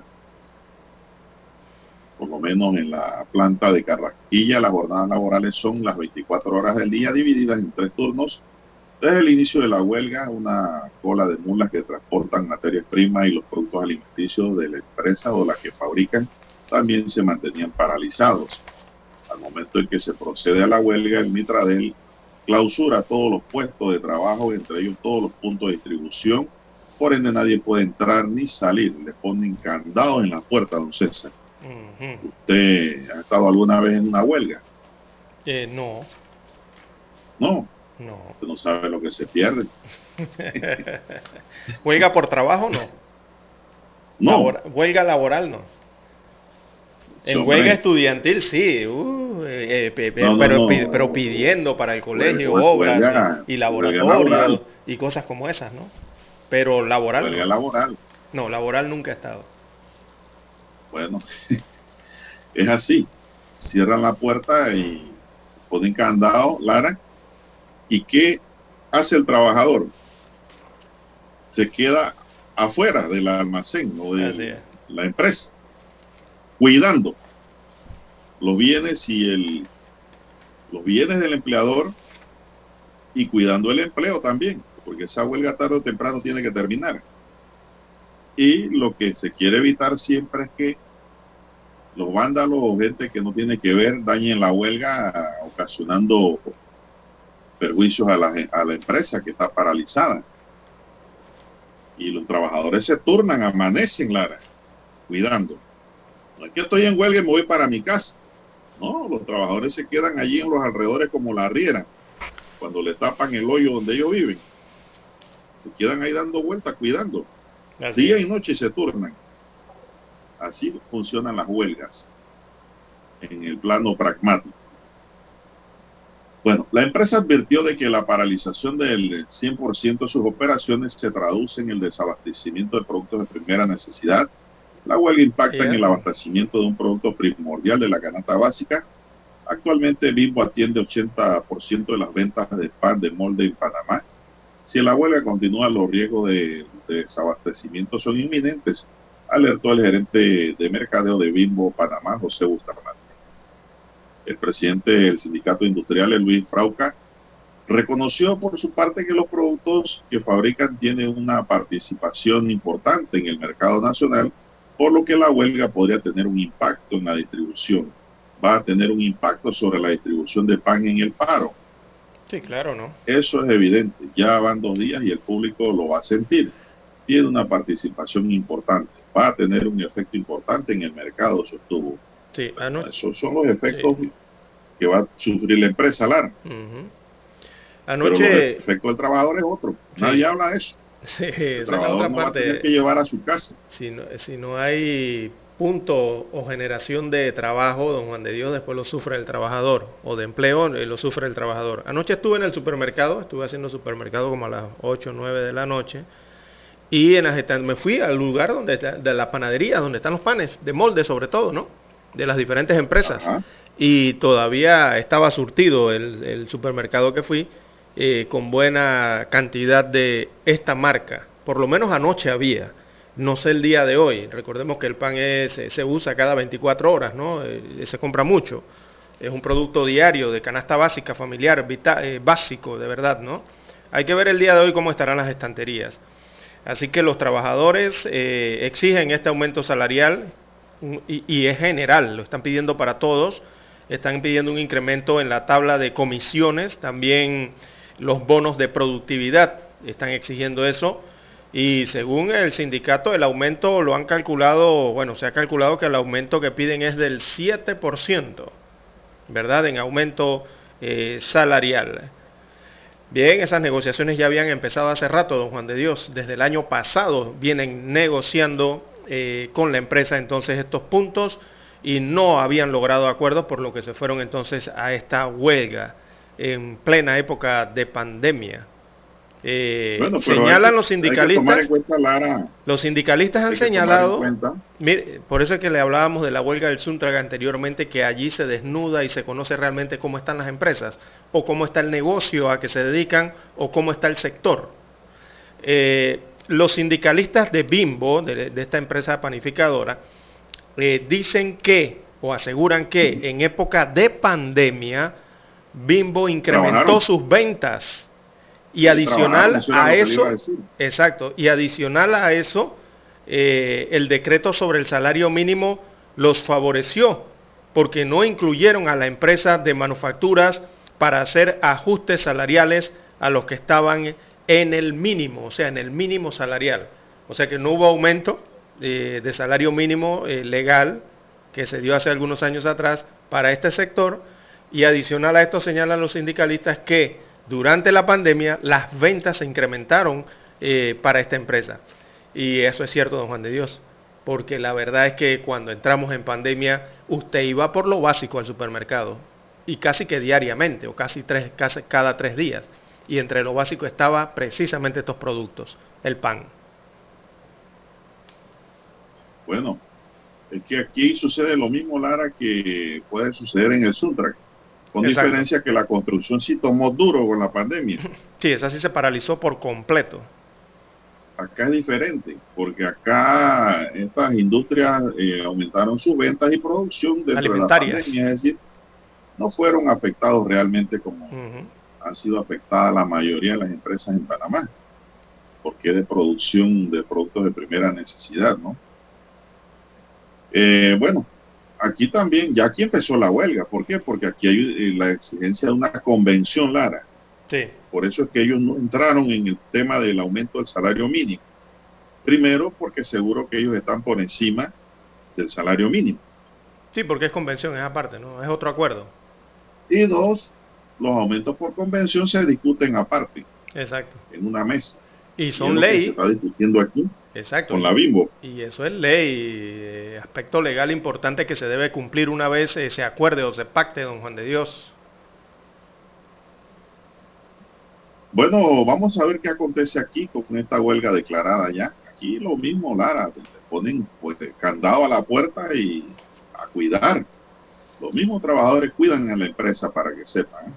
por lo menos en la planta de Carrasquilla, las jornadas laborales son las veinticuatro horas del día divididas en tres turnos. Desde el inicio de la huelga, una cola de mulas que transportan materias primas y los productos alimenticios de la empresa o las que fabrican también se mantenían paralizados. Al momento en que se procede a la huelga, el Mitradel clausura todos los puestos de trabajo, entre ellos todos los puntos de distribución. Por ende, nadie puede entrar ni salir. Le ponen candados en la puerta, don César. Uh-huh. ¿Usted ha estado alguna vez en una huelga? Eh, no. No. No. Usted no sabe lo que se pierde. ¿Huelga por trabajo? No. No. Labor huelga laboral, no. Sí, en hombre. huelga estudiantil, sí. Uh, eh, eh, no, no, pero, no. Pi pero pidiendo para el colegio huelga, obras huelga, y, y laboratorios laboral. y cosas como esas, ¿no? Pero laboral. Huelga no. laboral. No, laboral nunca he estado. Bueno, es así. Cierran la puerta y ponen candado, Lara. ¿Y qué hace el trabajador? Se queda afuera del almacén o de la empresa, cuidando los bienes y el, los bienes del empleador y cuidando el empleo también, porque esa huelga tarde o temprano tiene que terminar. Y lo que se quiere evitar siempre es que los vándalos o gente que no tiene que ver dañen la huelga, ocasionando perjuicios a la, a la empresa que está paralizada. Y los trabajadores se turnan, amanecen, Lara, cuidando. No es que estoy en huelga y me voy para mi casa. No, los trabajadores se quedan allí en los alrededores como la riera, cuando le tapan el hoyo donde ellos viven. Se quedan ahí dando vueltas, cuidando. Así día es. Y noche se turnan. Así funcionan las huelgas en el plano pragmático. Bueno, la empresa advirtió de que la paralización del cien por ciento de sus operaciones se traduce en el desabastecimiento de productos de primera necesidad. La huelga impacta yeah. en el abastecimiento de un producto primordial de la canasta básica. Actualmente Bimbo atiende ochenta por ciento de las ventas de pan de molde en Panamá. Si la huelga continúa, los riesgos de, de desabastecimiento son inminentes, alertó el gerente de mercadeo de Bimbo Panamá, José Bustamante. El presidente del sindicato industrial, Luis Frauca, reconoció por su parte que los productos que fabrican tienen una participación importante en el mercado nacional, por lo que la huelga podría tener un impacto en la distribución. Va a tener un impacto sobre la distribución de pan en el paro. Sí, claro, ¿no? Eso es evidente. Ya van dos días y el público lo va a sentir. Tiene una participación importante. Va a tener un efecto importante en el mercado, sostuvo. Sí, ano... Esos son los efectos sí. que va a sufrir la empresa, Lara. Uh-huh. Anoche... Pero los efectos del trabajador es otro. Sí. Nadie habla de eso. Sí, el trabajador no parte, va a tener que llevar a su casa. Si no, si no hay punto o generación de trabajo, don Juan de Dios, después lo sufre el trabajador, o de empleo, lo sufre el trabajador. Anoche estuve en el supermercado, estuve haciendo supermercado como a las ocho o nueve de la noche, y en las, me fui al lugar donde de la panadería, donde están los panes, de molde sobre todo, ¿no? De las diferentes empresas. Ajá. Y todavía estaba surtido el, el supermercado que fui, eh, con buena cantidad de esta marca. Por lo menos anoche había. No sé el día de hoy. Recordemos que el pan es, se usa cada veinticuatro horas, ¿no? Eh, se compra mucho. Es un producto diario de canasta básica, familiar, vital, eh, básico, de verdad, ¿no? Hay que ver el día de hoy cómo estarán las estanterías. Así que los trabajadores eh, exigen este aumento salarial y, y es general, lo están pidiendo para todos. Están pidiendo un incremento en la tabla de comisiones, también los bonos de productividad, están exigiendo eso. Y según el sindicato, el aumento lo han calculado, bueno, se ha calculado que el aumento que piden es del siete por ciento, ¿verdad? En aumento eh, salarial. Bien, esas negociaciones ya habían empezado hace rato, don Juan de Dios. Desde el año pasado vienen negociando eh, con la empresa entonces estos puntos y no habían logrado acuerdos, por lo que se fueron entonces a esta huelga en plena época de pandemia. Eh, bueno, señalan que, los sindicalistas, cuenta, Lara, los sindicalistas han señalado, mire, por eso es que le hablábamos de la huelga del Suntrack anteriormente, que allí se desnuda y se conoce realmente cómo están las empresas, o cómo está el negocio a que se dedican, o cómo está el sector. Eh, los sindicalistas de Bimbo, de, de esta empresa panificadora, eh, dicen que, o aseguran que en época de pandemia, Bimbo incrementó Trabajaron. sus ventas. Y adicional a eso, exacto, y adicional a eso, eh, el decreto sobre el salario mínimo los favoreció, porque no incluyeron a la empresa de manufacturas para hacer ajustes salariales a los que estaban en el mínimo, o sea, en el mínimo salarial. O sea que no hubo aumento eh, de salario mínimo eh, legal que se dio hace algunos años atrás para este sector, y adicional a esto señalan los sindicalistas que durante la pandemia las ventas se incrementaron eh, para esta empresa. Y eso es cierto, don Juan de Dios, porque la verdad es que cuando entramos en pandemia, usted iba por lo básico al supermercado, y casi que diariamente, o casi, tres, casi cada tres días. Y entre lo básico estaba precisamente estos productos, el pan. Bueno, es que aquí sucede lo mismo, Lara, que puede suceder en el Suntrack. Con Exacto. diferencia que la construcción sí tomó duro con la pandemia. Sí, esa sí se paralizó por completo. Acá es diferente, porque acá estas industrias eh, aumentaron sus ventas y producción dentro de la pandemia. Es decir, no fueron afectados realmente como uh-huh. han sido afectadas la mayoría de las empresas en Panamá, porque es de producción de productos de primera necesidad, ¿no? Eh, bueno, aquí también, ya aquí empezó la huelga. ¿Por qué? Porque aquí hay la exigencia de una convención, Lara. Sí. Por eso es que ellos no entraron en el tema del aumento del salario mínimo. Primero, porque seguro que ellos están por encima del salario mínimo. Sí, porque es convención, es aparte, ¿no? Es otro acuerdo. Y dos, los aumentos por convención se discuten aparte. Exacto. En una mesa. Y son ley. Se está discutiendo aquí. Exacto. Con la Bimbo. Y eso es ley, aspecto legal importante que se debe cumplir una vez eh, se acuerde o se pacte, don Juan de Dios. Bueno, vamos a ver qué acontece aquí con esta huelga declarada ya. Aquí lo mismo, Lara, le ponen pues, candado a la puerta y a cuidar. Los mismos trabajadores cuidan a la empresa, para que sepan.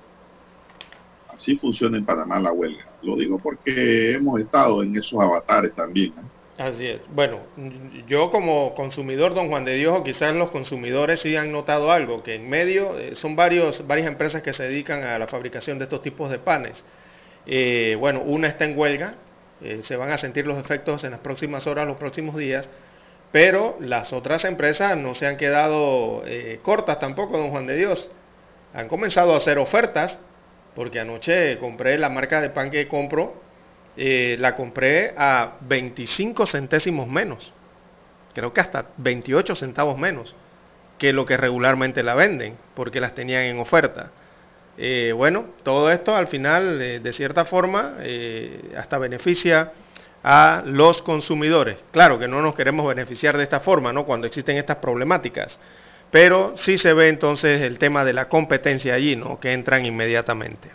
Así funciona en Panamá la huelga. Lo digo porque hemos estado en esos avatares también, ¿eh? Así es. Bueno, yo como consumidor, don Juan de Dios, o quizás los consumidores sí han notado algo, que en medio eh, son varios, varias empresas que se dedican a la fabricación de estos tipos de panes. Eh, bueno, una está en huelga, eh, se van a sentir los efectos en las próximas horas, los próximos días, pero las otras empresas no se han quedado eh, cortas tampoco, don Juan de Dios. Han comenzado a hacer ofertas, porque anoche compré la marca de pan que compro, Eh, la compré a veinticinco centésimos menos, creo que hasta veintiocho centavos menos que lo que regularmente la venden, porque las tenían en oferta. Eh, bueno, todo esto al final, eh, de cierta forma, eh, hasta beneficia a los consumidores. Claro que no nos queremos beneficiar de esta forma, ¿no? Cuando existen estas problemáticas, pero sí se ve entonces el tema de la competencia allí, ¿no? Que entran inmediatamente.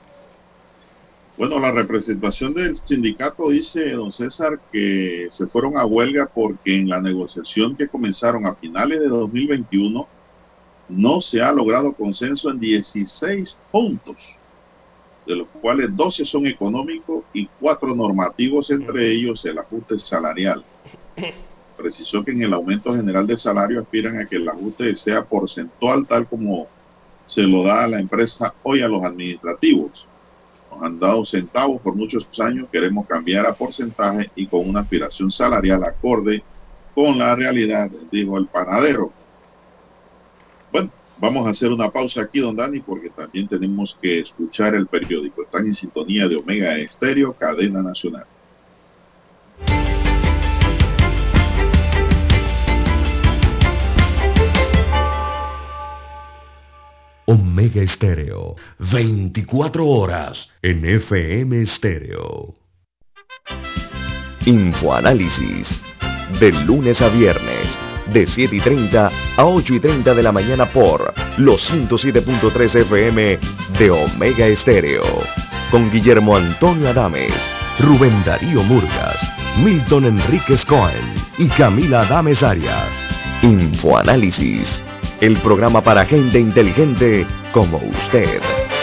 Bueno, la representación del sindicato dice, don César, que se fueron a huelga porque en la negociación que comenzaron a finales de dos mil veintiuno no se ha logrado consenso en dieciséis puntos, de los cuales doce son económicos y cuatro normativos, entre ellos el ajuste salarial. Precisó que en el aumento general de salario aspiran a que el ajuste sea porcentual, tal como se lo da a la empresa hoy a los administrativos. Nos han dado centavos por muchos años, queremos cambiar a porcentaje y con una aspiración salarial acorde con la realidad, dijo el panadero. Bueno, vamos a hacer una pausa aquí, don Dani, porque también tenemos que escuchar el periódico. Están en sintonía de Omega Estéreo, cadena nacional. Omega Estéreo, veinticuatro horas en F M Estéreo. Infoanálisis, de lunes a viernes, de siete y treinta a ocho y treinta de la mañana por los ciento siete punto tres F M de Omega Estéreo. con Guillermo Antonio Adames, Rubén Darío Murgas, Milton Enríquez Cohen y Camila Adames Arias. Infoanálisis, el programa para gente inteligente como usted.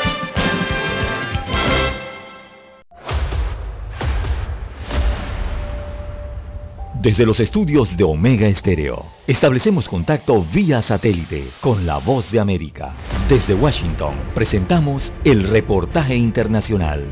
Desde los estudios de Omega Estéreo, establecemos contacto vía satélite con la Voz de América. Desde Washington, presentamos el reportaje internacional.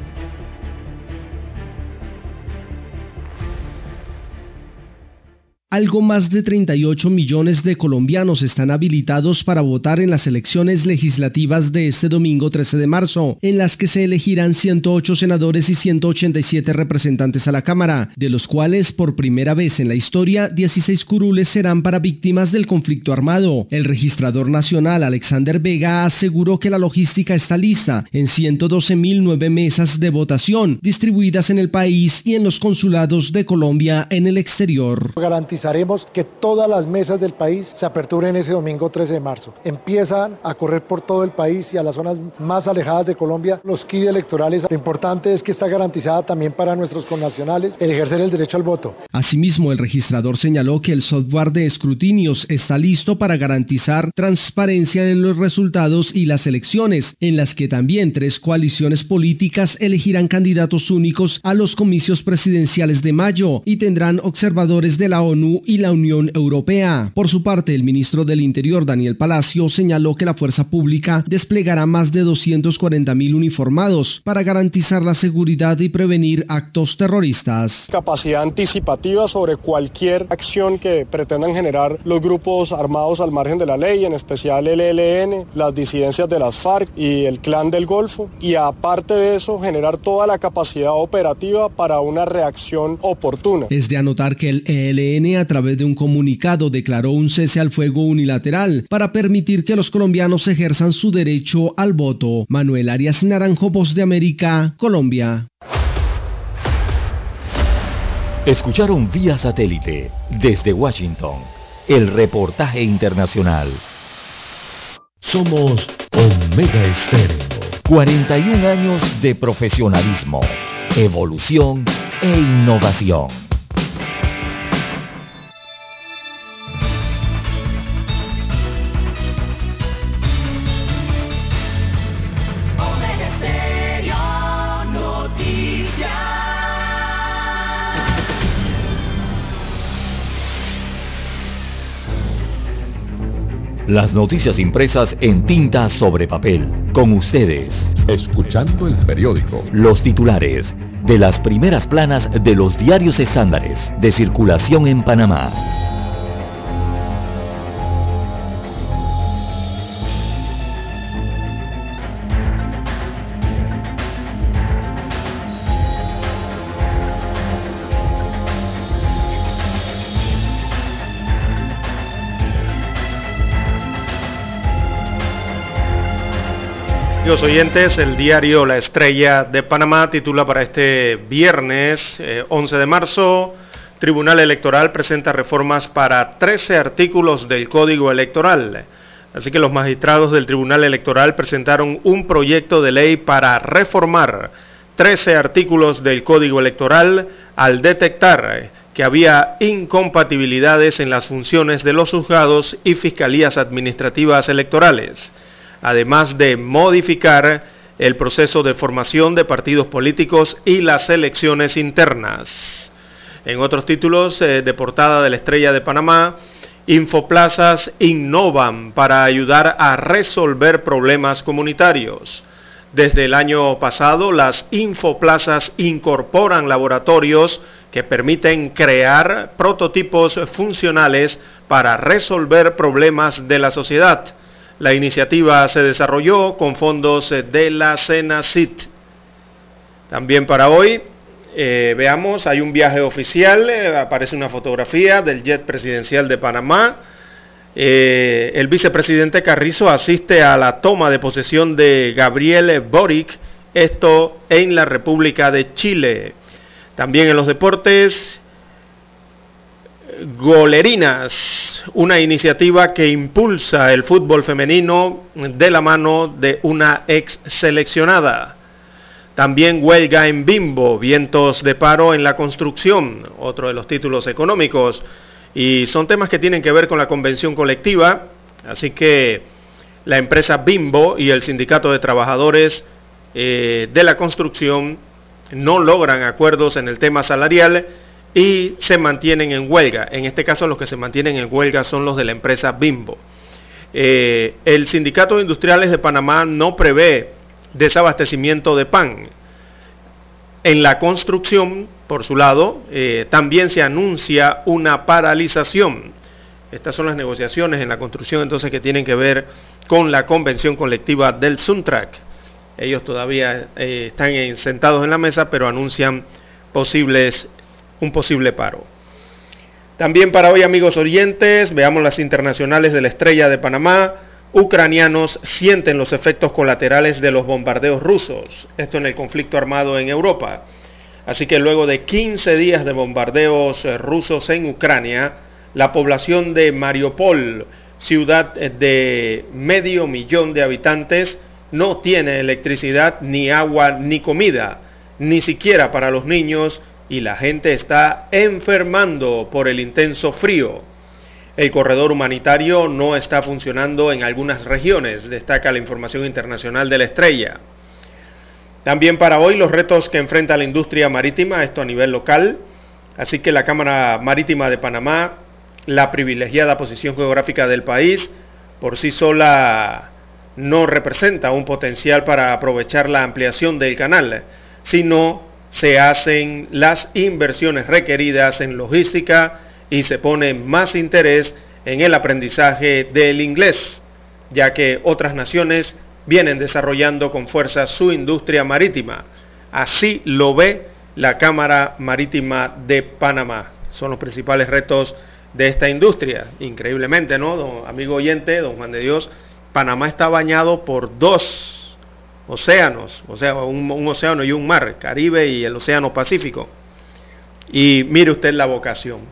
Algo más de treinta y ocho millones de colombianos están habilitados para votar en las elecciones legislativas de este domingo trece de marzo, en las que se elegirán ciento ocho senadores y ciento ochenta y siete representantes a la Cámara, de los cuales por primera vez en la historia dieciséis curules serán para víctimas del conflicto armado. El registrador nacional Alexander Vega aseguró que la logística está lista en ciento doce mil nueve mesas de votación distribuidas en el país y en los consulados de Colombia en el exterior. Garantizaremos que todas las mesas del país se aperturen ese domingo trece de marzo. Empiezan a correr por todo el país y a las zonas más alejadas de Colombia los kits electorales. Lo importante es que está garantizada también para nuestros connacionales el ejercer el derecho al voto. Asimismo, el registrador señaló que el software de escrutinios está listo para garantizar transparencia en los resultados y las elecciones, en las que también tres coaliciones políticas elegirán candidatos únicos a los comicios presidenciales de mayo y tendrán observadores de la ONU y la Unión Europea. Por su parte, el ministro del Interior, Daniel Palacio, señaló que la fuerza pública desplegará más de doscientos cuarenta mil uniformados para garantizar la seguridad y prevenir actos terroristas. Capacidad anticipativa sobre cualquier acción que pretendan generar los grupos armados al margen de la ley, en especial el E L N, las disidencias de las FARC y el Clan del Golfo, y aparte de eso, generar toda la capacidad operativa para una reacción oportuna. Es de anotar que el E L N a través de un comunicado declaró un cese al fuego unilateral para permitir que los colombianos ejerzan su derecho al voto. Manuel Arias Naranjo, Voz de América, Colombia. Escucharon vía satélite desde Washington el reportaje internacional. Somos Omega Estéreo. cuarenta y un años de profesionalismo, evolución e innovación. Las noticias impresas en tinta sobre papel. Con ustedes. Escuchando el periódico. Los titulares de las primeras planas de los diarios estándares de circulación en Panamá. Amigos oyentes, el diario La Estrella de Panamá titula para este viernes eh, once de marzo, Tribunal Electoral presenta reformas para trece artículos del Código Electoral. Así que los magistrados del Tribunal Electoral presentaron un proyecto de ley para reformar trece artículos del Código Electoral al detectar que había incompatibilidades en las funciones de los juzgados y fiscalías administrativas electorales, además de modificar el proceso de formación de partidos políticos y las elecciones internas. En otros títulos eh, de portada de La Estrella de Panamá, Infoplazas innovan para ayudar a resolver problemas comunitarios. Desde el año pasado, las Infoplazas incorporan laboratorios que permiten crear prototipos funcionales para resolver problemas de la sociedad. La iniciativa se desarrolló con fondos de la Senacit. También para hoy, eh, veamos, hay un viaje oficial, eh, aparece una fotografía del jet presidencial de Panamá. Eh, el vicepresidente Carrizo asiste a la toma de posesión de Gabriel Boric, esto en la República de Chile. También en los deportes, Golerinas, una iniciativa que impulsa el fútbol femenino de la mano de una ex seleccionada. También huelga en Bimbo, vientos de paro en la construcción, otro de los títulos económicos. Y son temas que tienen que ver con la convención colectiva, así que la empresa Bimbo y el sindicato de trabajadores eh, de la construcción no logran acuerdos en el tema salarial y se mantienen en huelga. En este caso los que se mantienen en huelga son los de la empresa Bimbo. Eh, el Sindicato de Industriales de Panamá no prevé desabastecimiento de pan. En la construcción, por su lado, eh, también se anuncia una paralización. Estas son las negociaciones en la construcción entonces que tienen que ver con la convención colectiva del Suntrack. Ellos todavía eh, están en, sentados en la mesa, pero anuncian posibles, un posible paro. También para hoy, amigos oyentes, veamos las internacionales de la Estrella de Panamá. Ucranianos sienten los efectos colaterales de los bombardeos rusos. Esto en el conflicto armado en Europa. Así que luego de quince días de bombardeos eh, rusos en Ucrania, la población de Mariupol, ciudad de medio millón de habitantes, no tiene electricidad, ni agua, ni comida, ni siquiera para los niños, y la gente está enfermando por el intenso frío. El corredor humanitario no está funcionando en algunas regiones, destaca la información internacional de la Estrella. También para hoy los retos que enfrenta la industria marítima, esto a nivel local, así que la Cámara Marítima de Panamá, la privilegiada posición geográfica del país, por sí sola no representa un potencial para aprovechar la ampliación del canal, sino se hacen las inversiones requeridas en logística y se pone más interés en el aprendizaje del inglés, ya que otras naciones vienen desarrollando con fuerza su industria marítima. Así lo ve la Cámara Marítima de Panamá. Son los principales retos de esta industria. Increíblemente, ¿no, don, amigo oyente, don Juan de Dios? Panamá está bañado por dos océanos, o sea, un, un océano y un mar, Caribe y el Océano Pacífico. Y mire usted la vocación.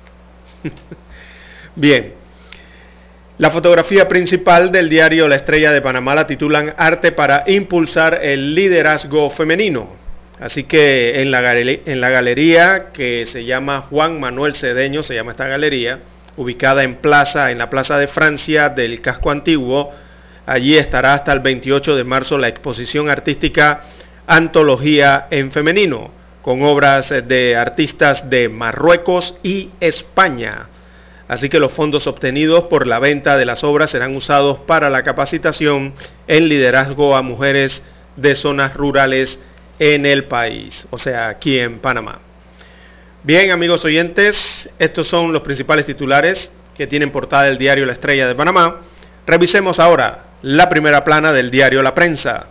Bien, la fotografía principal del diario La Estrella de Panamá la titulan Arte para impulsar el liderazgo femenino. Así que en la, galería, en la galería que se llama Juan Manuel Cedeño, se llama esta galería, ubicada en plaza, en la Plaza de Francia del Casco Antiguo. Allí estará hasta el veintiocho de marzo la exposición artística Antología en Femenino, con obras de artistas de Marruecos y España. Así que los fondos obtenidos por la venta de las obras serán usados para la capacitación en liderazgo a mujeres de zonas rurales en el país, o sea, aquí en Panamá. Bien, amigos oyentes, estos son los principales titulares que tienen portada el diario La Estrella de Panamá. Revisemos ahora la primera plana del diario La Prensa.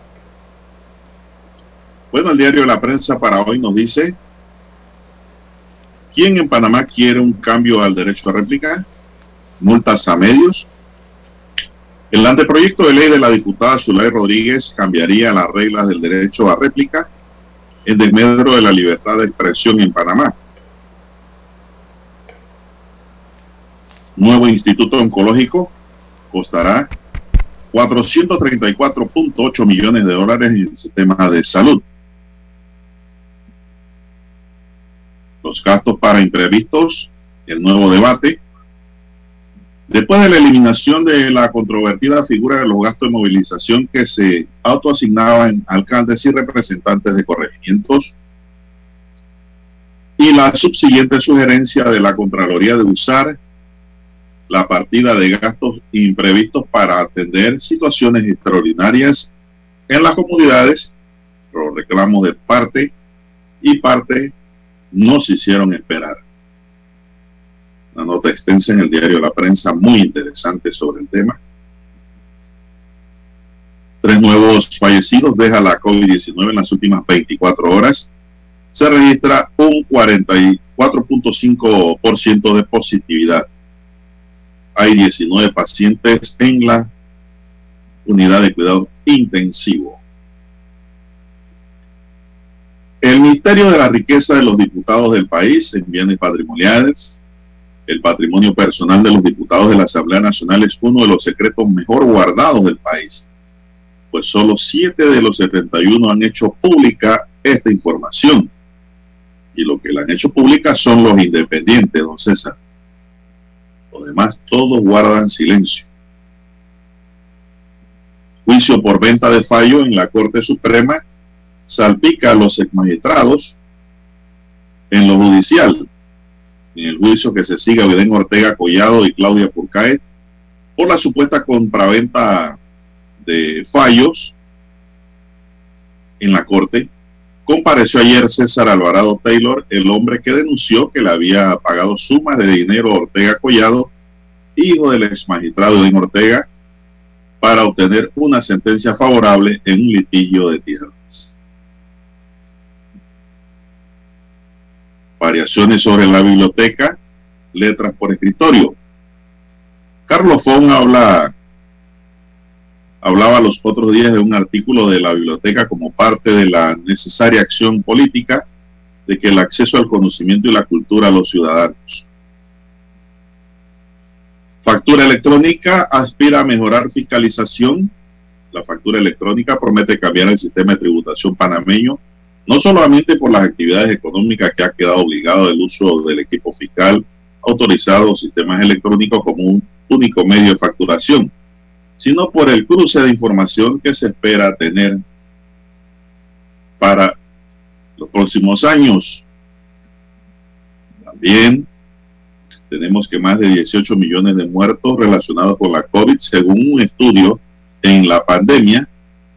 Bueno, el diario La Prensa para hoy nos dice: ¿quién en Panamá quiere un cambio al derecho a réplica? Multas a medios. El anteproyecto de ley de la diputada Zulay Rodríguez cambiaría las reglas del derecho a réplica en desmedro de la libertad de expresión en Panamá. Nuevo instituto oncológico costará cuatrocientos treinta y cuatro punto ocho millones de dólares en el sistema de salud. Los gastos para imprevistos, el nuevo debate. Después de la eliminación de la controvertida figura de los gastos de movilización que se autoasignaban alcaldes y representantes de corregimientos, y la subsiguiente sugerencia de la Contraloría de usar la partida de gastos imprevistos para atender situaciones extraordinarias en las comunidades, los reclamos de parte y parte no se hicieron esperar. Una nota extensa en el diario La Prensa, muy interesante sobre el tema. Tres nuevos fallecidos deja la COVID diecinueve en las últimas veinticuatro horas. Se registra un cuarenta y cuatro punto cinco por ciento de positividad. Hay diecinueve pacientes en la unidad de cuidado intensivo. El Ministerio de la Riqueza de los Diputados del país en bienes patrimoniales. El patrimonio personal de los diputados de la Asamblea Nacional es uno de los secretos mejor guardados del país. pues solo siete de los setenta y uno han hecho pública esta información. Y lo que la han hecho pública son los independientes, don César. Los demás todos guardan silencio. Juicio por venta de fallo en la Corte Suprema salpica a los exmagistrados en lo judicial. En el juicio que se sigue a Biden Ortega Collado y Claudia Purcaet por la supuesta compraventa de fallos en la Corte, compareció ayer César Alvarado Taylor, el hombre que denunció que le había pagado sumas de dinero a Ortega Collado, hijo del exmagistrado Biden Ortega, para obtener una sentencia favorable en un litigio de tierras. Variaciones sobre la biblioteca, letras por escritorio. Carlos Fon habla, hablaba los otros días de un artículo de la biblioteca como parte de la necesaria acción política de que el acceso al conocimiento y la cultura a los ciudadanos. Factura electrónica aspira a mejorar fiscalización. La factura electrónica promete cambiar el sistema de tributación panameño, no solamente por las actividades económicas que ha quedado obligado el uso del equipo fiscal autorizado o sistemas electrónicos como un único medio de facturación, sino por el cruce de información que se espera tener para los próximos años. También tenemos que más de dieciocho millones de muertos relacionados con la COVID, según un estudio en la pandemia.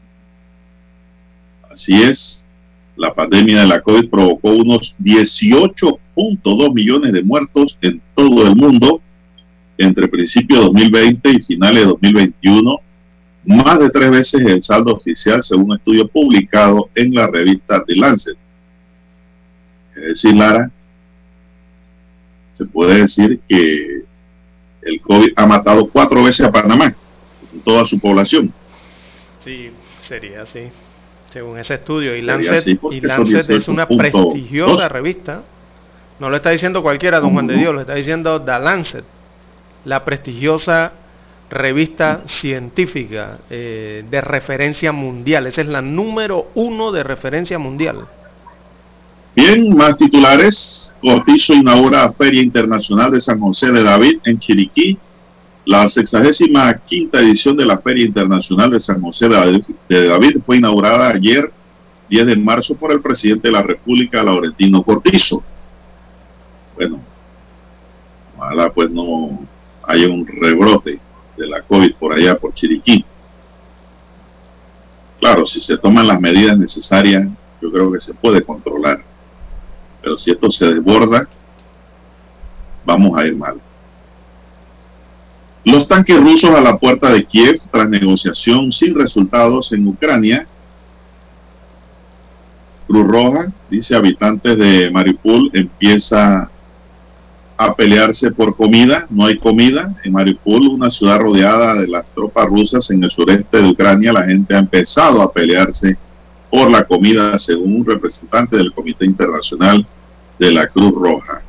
Así es, la pandemia de la COVID provocó unos dieciocho punto dos millones de muertos en todo el mundo entre principios de dos mil veinte y finales de dos mil veintiuno, más de tres veces el saldo oficial, según un estudio publicado en la revista The Lancet. Es decir, Lara, se puede decir que el COVID ha matado cuatro veces a Panamá, en toda su población. Sí, sería así, según ese estudio. Y Lancet, y Lancet es una prestigiosa dos. revista. No lo está diciendo cualquiera, don Juan de Dios, lo está diciendo The Lancet, la prestigiosa revista científica eh, de referencia mundial. Esa es la número uno de referencia mundial. Bien, más titulares. Cortizo inaugura Feria Internacional de San José de David en Chiriquí. La sexagésima quinta edición de la Feria Internacional de San José de David fue inaugurada ayer, diez de marzo, por el presidente de la República, Laurentino Cortizo. Bueno, ojalá pues no haya un rebrote de la COVID por allá, por Chiriquí. Claro, si se toman las medidas necesarias, yo creo que se puede controlar. Pero si esto se desborda, vamos a ir mal. Los tanques rusos a la puerta de Kiev tras negociación sin resultados en Ucrania. Cruz Roja, dice, habitantes de Mariupol empieza a pelearse por comida. No hay comida en Mariupol, una ciudad rodeada de las tropas rusas en el sureste de Ucrania. La gente ha empezado a pelearse por la comida, según un representante del Comité Internacional de la Cruz Roja.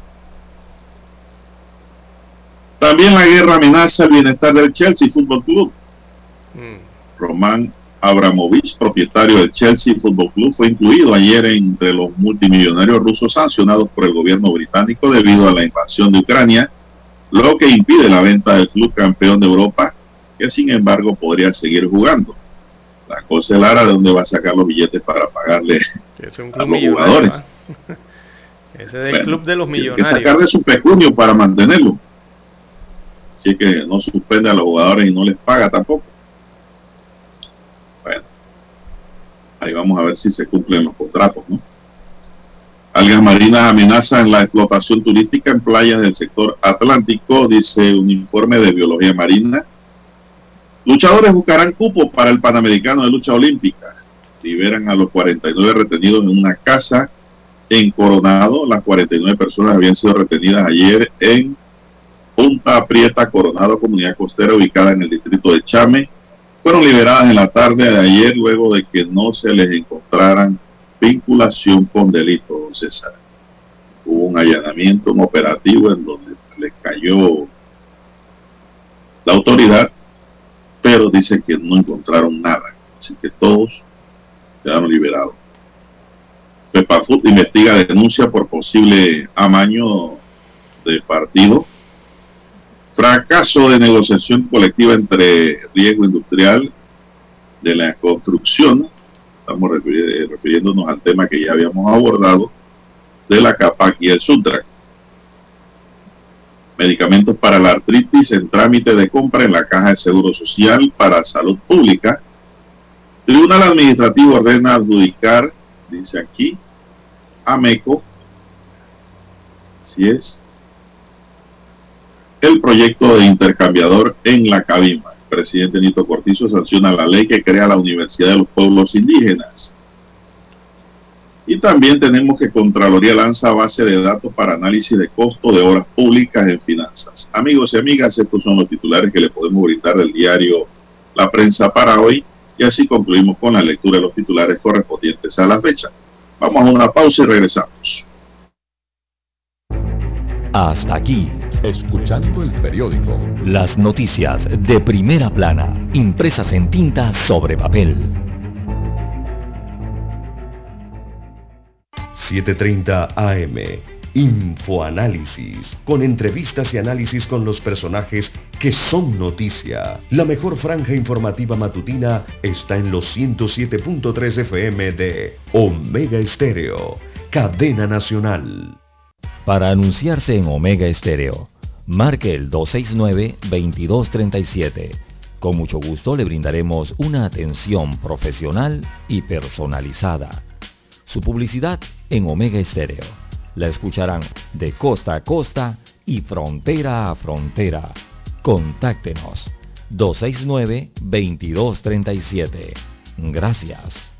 También la guerra amenaza el bienestar del Chelsea Fútbol Club. Mm. Roman Abramovich, propietario del Chelsea Fútbol Club, fue incluido ayer entre los multimillonarios rusos sancionados por el gobierno británico debido a la invasión de Ucrania, lo que impide la venta del club campeón de Europa, que sin embargo podría seguir jugando. La cosa es, Lara, de dónde va a sacar los billetes para pagarle es un club a los jugadores. Ese es el bueno, club de los millonarios. Tiene que sacar de su pecunio para mantenerlo. Así que no suspende a los jugadores y no les paga tampoco. Bueno, ahí vamos a ver si se cumplen los contratos, ¿no? Algas marinas amenazan la explotación turística en playas del sector atlántico, dice un informe de biología marina. Luchadores buscarán cupo para el Panamericano de Lucha Olímpica. Liberan a los cuarenta y nueve retenidos en una casa en Coronado. Las cuarenta y nueve personas habían sido retenidas ayer en Punta Prieta, Coronado, comunidad costera ubicada en el distrito de Chame. Fueron liberadas en la tarde de ayer luego de que no se les encontraran vinculación con delito, don César. Hubo un allanamiento, un operativo en donde le cayó la autoridad, pero dice que no encontraron nada. Así que todos quedaron liberados. FEPAFUT investiga denuncia por posible amaño de partido. Fracaso de negociación colectiva entre riesgo industrial de la construcción. Estamos refiri- refiriéndonos al tema que ya habíamos abordado de la CAPAC y el SUNTRAC. Medicamentos para la artritis en trámite de compra en la Caja de Seguro Social para Salud Pública. Tribunal Administrativo ordena adjudicar, dice aquí, a MECO, así es, el proyecto de intercambiador en la Cabima. El presidente Nito Cortizo sanciona la ley que crea la Universidad de los Pueblos Indígenas. Y también tenemos que Contraloría lanza base de datos para análisis de costo de obras públicas en finanzas. Amigos y amigas, estos son los titulares que le podemos brindar del diario La Prensa para hoy. Y así concluimos con la lectura de los titulares correspondientes a la fecha. Vamos a una pausa y regresamos. Hasta aquí, Escuchando el periódico. las noticias de primera plana, impresas en tinta sobre papel. siete treinta A M, Infoanálisis, con entrevistas y análisis con los personajes que son noticia. La mejor franja informativa matutina está en los ciento siete punto tres F M de Omega Estéreo, cadena nacional. Para anunciarse en Omega Estéreo, marque el dos seis nueve, veintidós treinta y siete. Con mucho gusto le brindaremos una atención profesional y personalizada. Su publicidad en Omega Estéreo. La escucharán de costa a costa y frontera a frontera. Contáctenos dos seis nueve, veintidós treinta y siete. Gracias.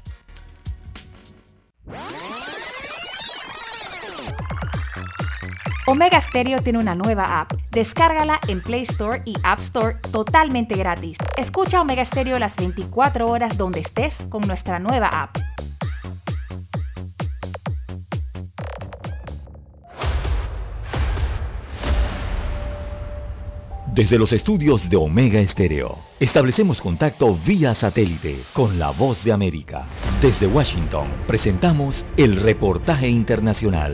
Omega Stereo tiene una nueva app. Descárgala en Play Store y App Store totalmente gratis. Escucha Omega Stereo las veinticuatro horas donde estés con nuestra nueva app. Desde los estudios de Omega Estéreo, establecemos contacto vía satélite con la Voz de América. Desde Washington, presentamos el reportaje internacional.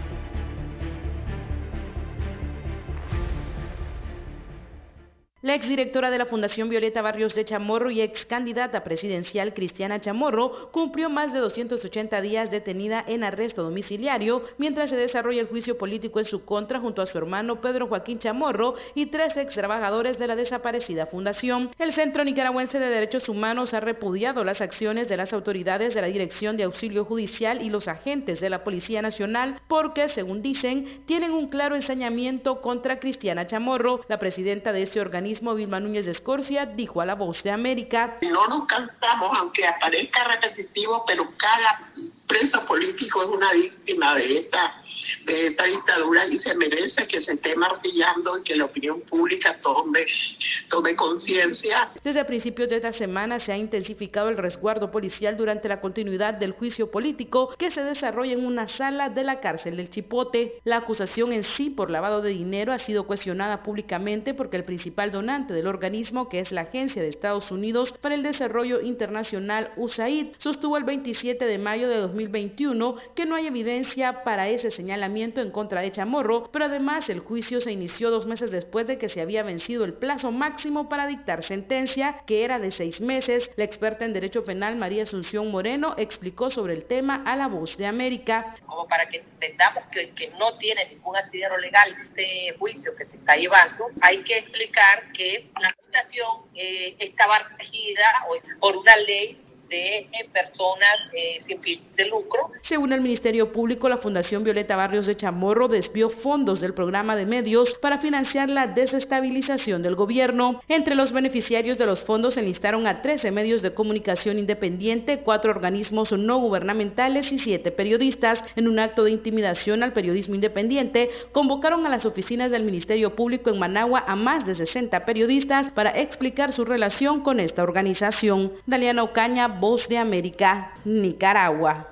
La exdirectora de la Fundación Violeta Barrios de Chamorro y ex candidata presidencial Cristiana Chamorro cumplió más de doscientos ochenta días detenida en arresto domiciliario mientras se desarrolla el juicio político en su contra junto a su hermano Pedro Joaquín Chamorro y tres ex trabajadores de la desaparecida fundación. El Centro Nicaragüense de Derechos Humanos ha repudiado las acciones de las autoridades de la Dirección de Auxilio Judicial y los agentes de la Policía Nacional porque, según dicen, tienen un claro ensañamiento contra Cristiana Chamorro. La presidenta de ese organismo, Vilma Núñez de Escorcia, dijo a La Voz de América: no nos cansamos, aunque aparezca repetitivo, pero cada preso político es una víctima de esta, de esta dictadura y se merece que se esté martillando y que la opinión pública tome, tome conciencia. Desde principios de esta semana se ha intensificado el resguardo policial durante la continuidad del juicio político que se desarrolla en una sala de la cárcel del Chipote. La acusación en sí por lavado de dinero ha sido cuestionada públicamente porque el principal donante del organismo, que es la Agencia de Estados Unidos para el Desarrollo Internacional, U S A I D, sostuvo el veintisiete de mayo de dos mil veintiuno que no hay evidencia para ese señalamiento en contra de Chamorro, pero además el juicio se inició dos meses después de que se había vencido el plazo máximo para dictar sentencia, que era de seis meses. La experta en Derecho Penal, María Asunción Moreno, explicó sobre el tema a La Voz de América. Como para que entendamos que, que no tiene ningún asidero legal este juicio que se está llevando, hay que explicar que la acusación eh, estaba regida por una ley de eh, personas eh, sin fin de lucro. Según el Ministerio Público, la Fundación Violeta Barrios de Chamorro desvió fondos del programa de medios para financiar la desestabilización del gobierno. Entre los beneficiarios de los fondos se enlistaron a trece medios de comunicación independiente, cuatro organismos no gubernamentales y siete periodistas. En un acto de intimidación al periodismo independiente, convocaron a las oficinas del Ministerio Público en Managua a más de sesenta periodistas para explicar su relación con esta organización. Daliana Ocaña, Voz de América, Nicaragua.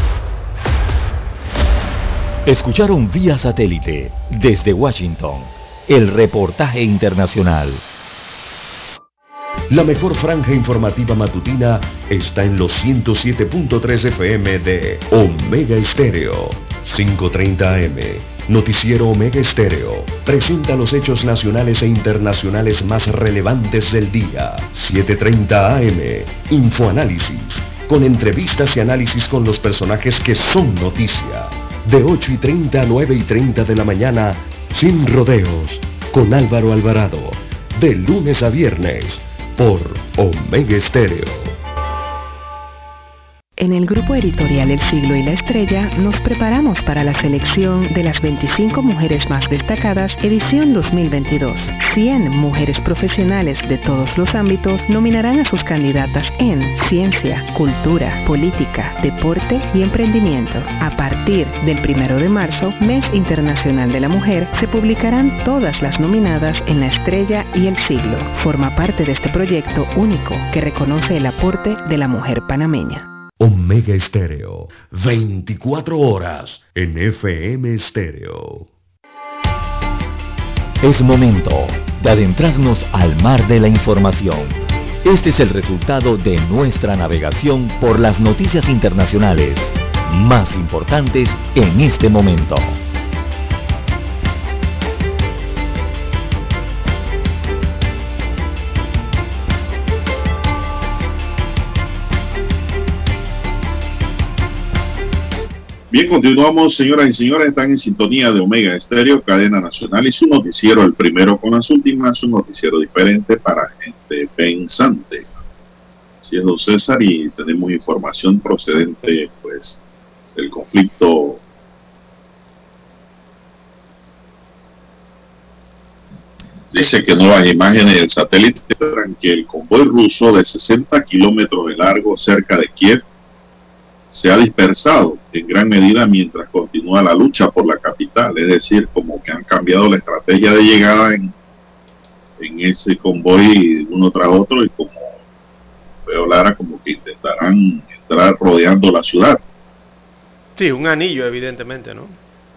Escucharon vía satélite desde Washington el reportaje internacional. La mejor franja informativa matutina está en los ciento siete punto tres F M de Omega Estéreo. cinco treinta A M. Noticiero Omega Estéreo presenta los hechos nacionales e internacionales más relevantes del día. siete treinta A M. Infoanálisis, con entrevistas y análisis con los personajes que son noticia. De ocho y treinta a nueve y treinta de la mañana, sin rodeos, con Álvaro Alvarado. De lunes a viernes, por Omega Estéreo. En el grupo editorial El Siglo y la Estrella nos preparamos para la selección de las veinticinco mujeres más destacadas edición dos mil veintidós. cien mujeres profesionales de todos los ámbitos nominarán a sus candidatas en ciencia, cultura, política, deporte y emprendimiento. A partir del primero de marzo, Mes Internacional de la Mujer, se publicarán todas las nominadas en La Estrella y El Siglo. Forma parte de este proyecto único que reconoce el aporte de la mujer panameña. Omega Estéreo, veinticuatro horas en F M Estéreo. Es momento de adentrarnos al mar de la información. Este es el resultado de nuestra navegación por las noticias internacionales más importantes en este momento. Bien, continuamos, señoras y señores, están en sintonía de Omega Estéreo, cadena nacional, y su noticiero, el primero con las últimas, un noticiero diferente para gente pensante. Así es, don César, y tenemos información procedente, pues, del conflicto dice que nuevas imágenes del satélite muestran que el convoy ruso de sesenta kilómetros de largo cerca de Kiev se ha dispersado en gran medida mientras continúa la lucha por la capital, es decir, como que han cambiado la estrategia de llegada en, en ese convoy uno tras otro, y como veo Lara, como que intentarán entrar rodeando la ciudad. Sí, un anillo evidentemente, ¿no?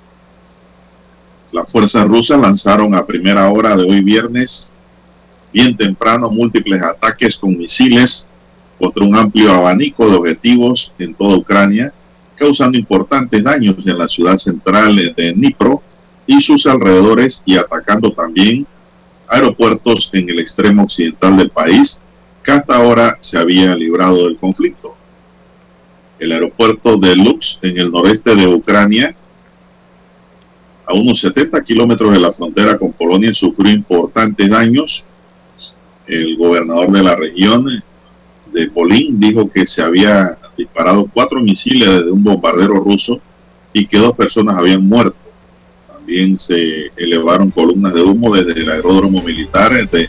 Las fuerzas rusas lanzaron a primera hora de hoy viernes, bien temprano, múltiples ataques con misiles contra un amplio abanico de objetivos en toda Ucrania, causando importantes daños en la ciudad central de Dnipro y sus alrededores, y atacando también aeropuertos en el extremo occidental del país, que hasta ahora se había librado del conflicto. El aeropuerto de Lutsk, en el noreste de Ucrania, a unos setenta kilómetros de la frontera con Polonia, sufrió importantes daños. El gobernador de la región de Polín dijo que se había disparado cuatro misiles desde un bombardero ruso y que dos personas habían muerto. También se elevaron columnas de humo desde el aeródromo militar de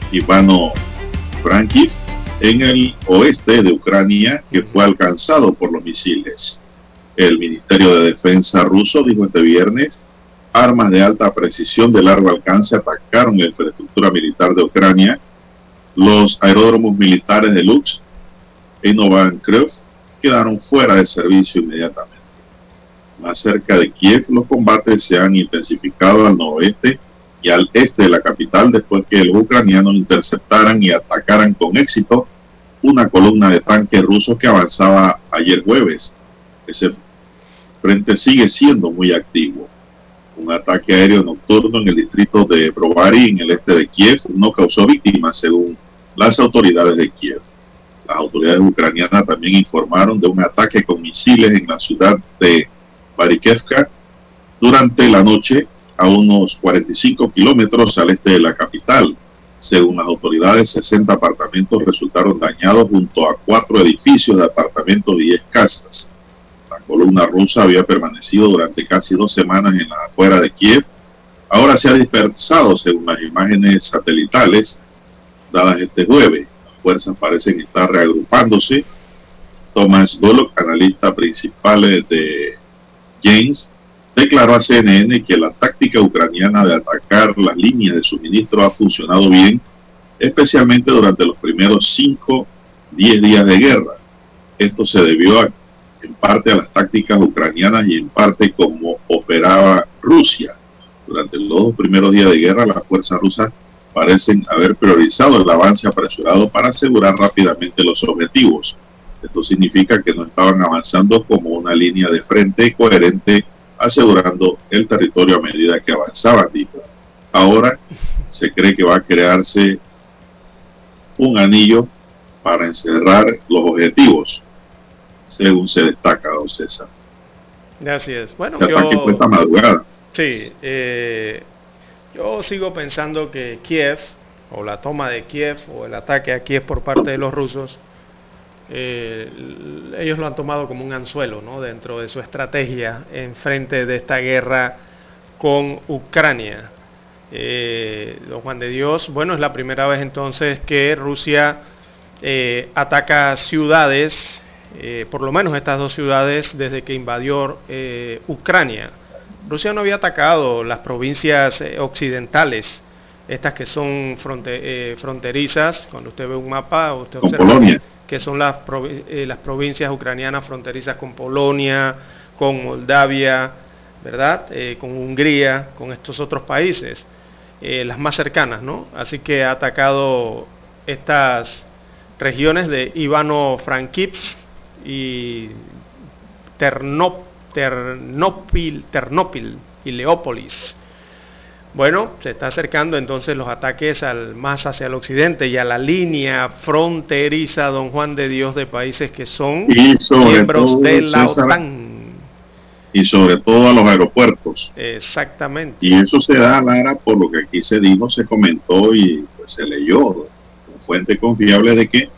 Ivano-Frankivsk en el oeste de Ucrania, que fue alcanzado por los misiles. El Ministerio de Defensa ruso dijo este viernes: armas de alta precisión de largo alcance atacaron la infraestructura militar de Ucrania. Los aeródromos militares de Lutsk e Ivano-Frankivsk quedaron fuera de servicio inmediatamente. Más cerca de Kiev, los combates se han intensificado al noroeste y al este de la capital después que los ucranianos interceptaran y atacaran con éxito una columna de tanques rusos que avanzaba ayer jueves. Ese frente sigue siendo muy activo. Un ataque aéreo nocturno en el distrito de Brovary, en el este de Kiev, no causó víctimas, según las autoridades de Kiev. Las autoridades ucranianas también informaron de un ataque con misiles en la ciudad de Barikevka durante la noche, a unos cuarenta y cinco kilómetros al este de la capital. Según las autoridades, sesenta apartamentos resultaron dañados junto a cuatro edificios de apartamentos y diez casas. La columna rusa había permanecido durante casi dos semanas en la afuera de Kiev. Ahora se ha dispersado, según las imágenes satelitales dadas este jueves. Las fuerzas parecen estar reagrupándose. Thomas Bullock, analista principal de James, declaró a C N N que la táctica ucraniana de atacar las líneas de suministro ha funcionado bien, especialmente durante los primeros cinco, diez días de guerra. Esto se debió a, en parte a las tácticas ucranianas y en parte como operaba Rusia. Durante los dos primeros días de guerra, las fuerzas rusas parecen haber priorizado el avance apresurado para asegurar rápidamente los objetivos. Esto significa que no estaban avanzando como una línea de frente coherente, asegurando el territorio a medida que avanzaban, dijo. Ahora se cree que va a crearse un anillo para encerrar los objetivos, según se destaca, don César. Así es. Bueno, el ataque fue esta madrugada. Sí, eh, yo sigo pensando que Kiev, o la toma de Kiev, o el ataque a Kiev por parte de los rusos, eh, ellos lo han tomado como un anzuelo, ¿no?, dentro de su estrategia en frente de esta guerra con Ucrania. Eh, don Juan de Dios, bueno, es la primera vez entonces que Rusia eh, ataca ciudades, eh, por lo menos estas dos ciudades, desde que invadió eh, Ucrania. Rusia no había atacado las provincias eh, occidentales, estas que son fronte, eh, fronterizas. Cuando usted ve un mapa, usted con observa Polonia, que son las, eh, las provincias ucranianas fronterizas con Polonia, con Moldavia, ¿verdad? Eh, con Hungría, con estos otros países, eh, las más cercanas, ¿no? Así que ha atacado estas regiones de Ivano-Frankivsk y Ternop, Ternopil, Ternopil y Leópolis. Bueno, se está acercando entonces los ataques al, más hacia el occidente y a la línea fronteriza, don Juan de Dios, de países que son miembros todo, de la César, OTAN. Y sobre todo a los aeropuertos. Exactamente. Y eso se da, Lara, por lo que aquí se dijo, se comentó y pues, se leyó con fuente confiable de que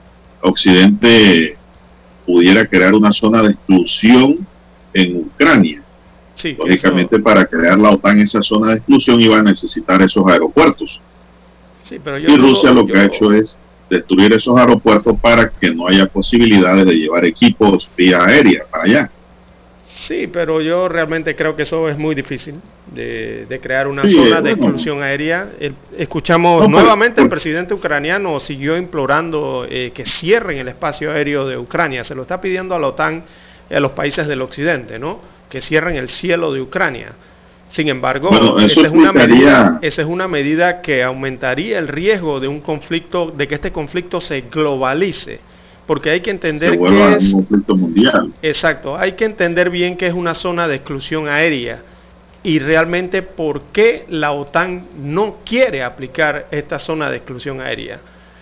Occidente pudiera crear una zona de exclusión en Ucrania. Sí, lógicamente eso... para crear la OTAN esa zona de exclusión iba a necesitar esos aeropuertos. Sí, pero yo y Rusia digo, lo que yo... ha hecho es destruir esos aeropuertos para que no haya posibilidades de llevar equipos vía aérea para allá. Sí, pero yo realmente creo que eso es muy difícil, de, de crear una sí, zona eh, de bueno. exclusión aérea. El, escuchamos no, nuevamente por, por, el presidente ucraniano siguió implorando eh, que cierren el espacio aéreo de Ucrania. Se lo está pidiendo a la OTAN y a los países del occidente, ¿no?, que cierren el cielo de Ucrania. Sin embargo, bueno, esa, es una medida, esa es una medida que aumentaría el riesgo de un conflicto, de que este conflicto se globalice. Porque hay que entender que es un conflicto mundial. Exacto, hay que entender bien que es una zona de exclusión aérea y realmente por qué la OTAN no quiere aplicar esta zona de exclusión aérea.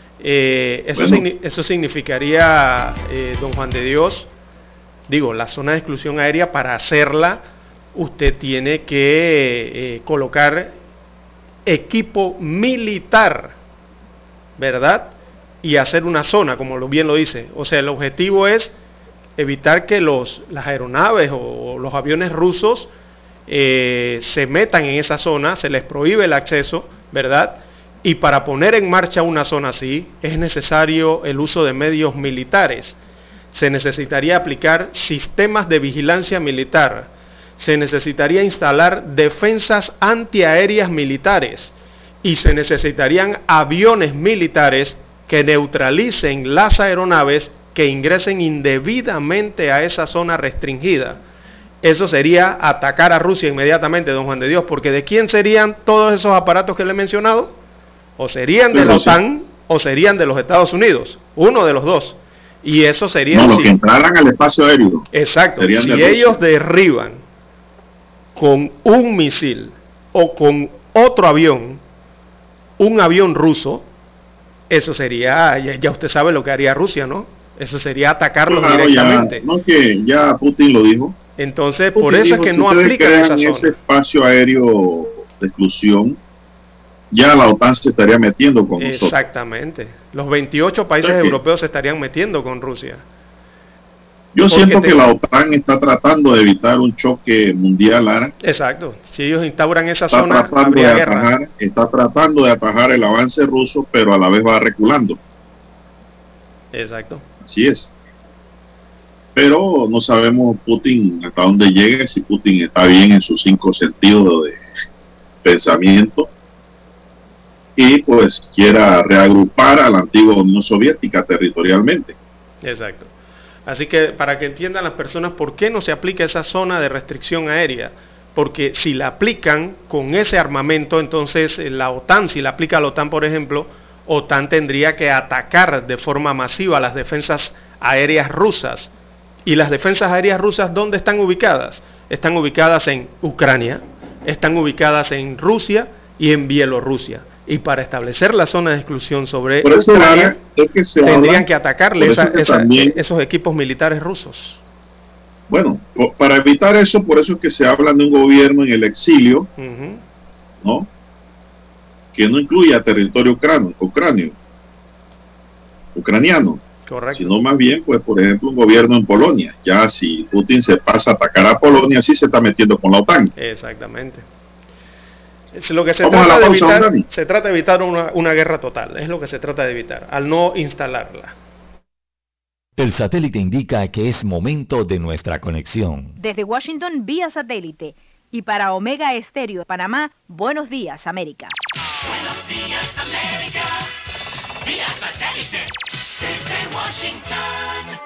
Eh, eso, bueno. signi eso significaría, eh, don Juan de Dios, digo, la zona de exclusión aérea, para hacerla, usted tiene que eh, colocar equipo militar, ¿verdad?, y hacer una zona, como bien lo dice. O sea, el objetivo es evitar que los, las aeronaves o los aviones rusos eh, se metan en esa zona, se les prohíbe el acceso, ¿verdad? Y para poner en marcha una zona así, es necesario el uso de medios militares. Se necesitaría aplicar sistemas de vigilancia militar, se necesitaría instalar defensas antiaéreas militares y se necesitarían aviones militares que neutralicen las aeronaves que ingresen indebidamente a esa zona restringida. Eso sería atacar a Rusia inmediatamente, don Juan de Dios, porque ¿de quién serían todos esos aparatos que le he mencionado? O serían de la OTAN o serían de los Estados Unidos, uno de los dos. Y eso sería... No, los que entraran al espacio aéreo. Exacto. Si de ellos derriban con un misil o con otro avión, un avión ruso, eso sería, ya, ya usted sabe lo que haría Rusia, ¿no? Eso sería atacarlos claro, directamente. Ya, no, que ya Putin lo dijo. Entonces, Putin por eso dijo, es que si no aplican esa zona. ese espacio aéreo de exclusión, ya la OTAN se estaría metiendo con nosotros. Exactamente. Los veintiocho países o sea europeos se estarían metiendo con Rusia. Yo Porque siento te... que la OTAN está tratando de evitar un choque mundial, Lara. Exacto. Si ellos instauran esa está zona, habría de guerra. Atajar, está tratando de atajar el avance ruso, pero a la vez va reculando. Exacto. Así es. Pero no sabemos Putin hasta dónde llegue, si Putin está bien en sus cinco sentidos de pensamiento y pues quiera reagrupar a la antigua Unión Soviética territorialmente. Exacto. Así que para que entiendan las personas por qué no se aplica esa zona de restricción aérea, porque si la aplican con ese armamento, entonces la OTAN, si la aplica la OTAN, por ejemplo, OTAN tendría que atacar de forma masiva las defensas aéreas rusas. ¿Y las defensas aéreas rusas dónde están ubicadas? Están ubicadas en Ucrania, están ubicadas en Rusia y en Bielorrusia. Y para establecer la zona de exclusión sobre por eso, Ucrania, es que se tendrían habla, que atacarle esa, que esa, también, esos equipos militares rusos. Bueno, para evitar eso, por eso es que se habla de un gobierno en el exilio, uh-huh. ¿no? Que no incluya territorio ucrano, ucranio, ucraniano. Correcto. Sino más bien, pues, por ejemplo, un gobierno en Polonia. Ya si Putin se pasa a atacar a Polonia, sí se está metiendo con la OTAN. Exactamente. Es lo que se trata de evitar, se trata de evitar una, una guerra total, es lo que se trata de evitar, al no instalarla. El satélite indica que es momento de nuestra conexión. Desde Washington, vía satélite. Y para Omega Estéreo de Panamá, buenos días, América. Buenos días, América. Vía satélite. Desde Washington.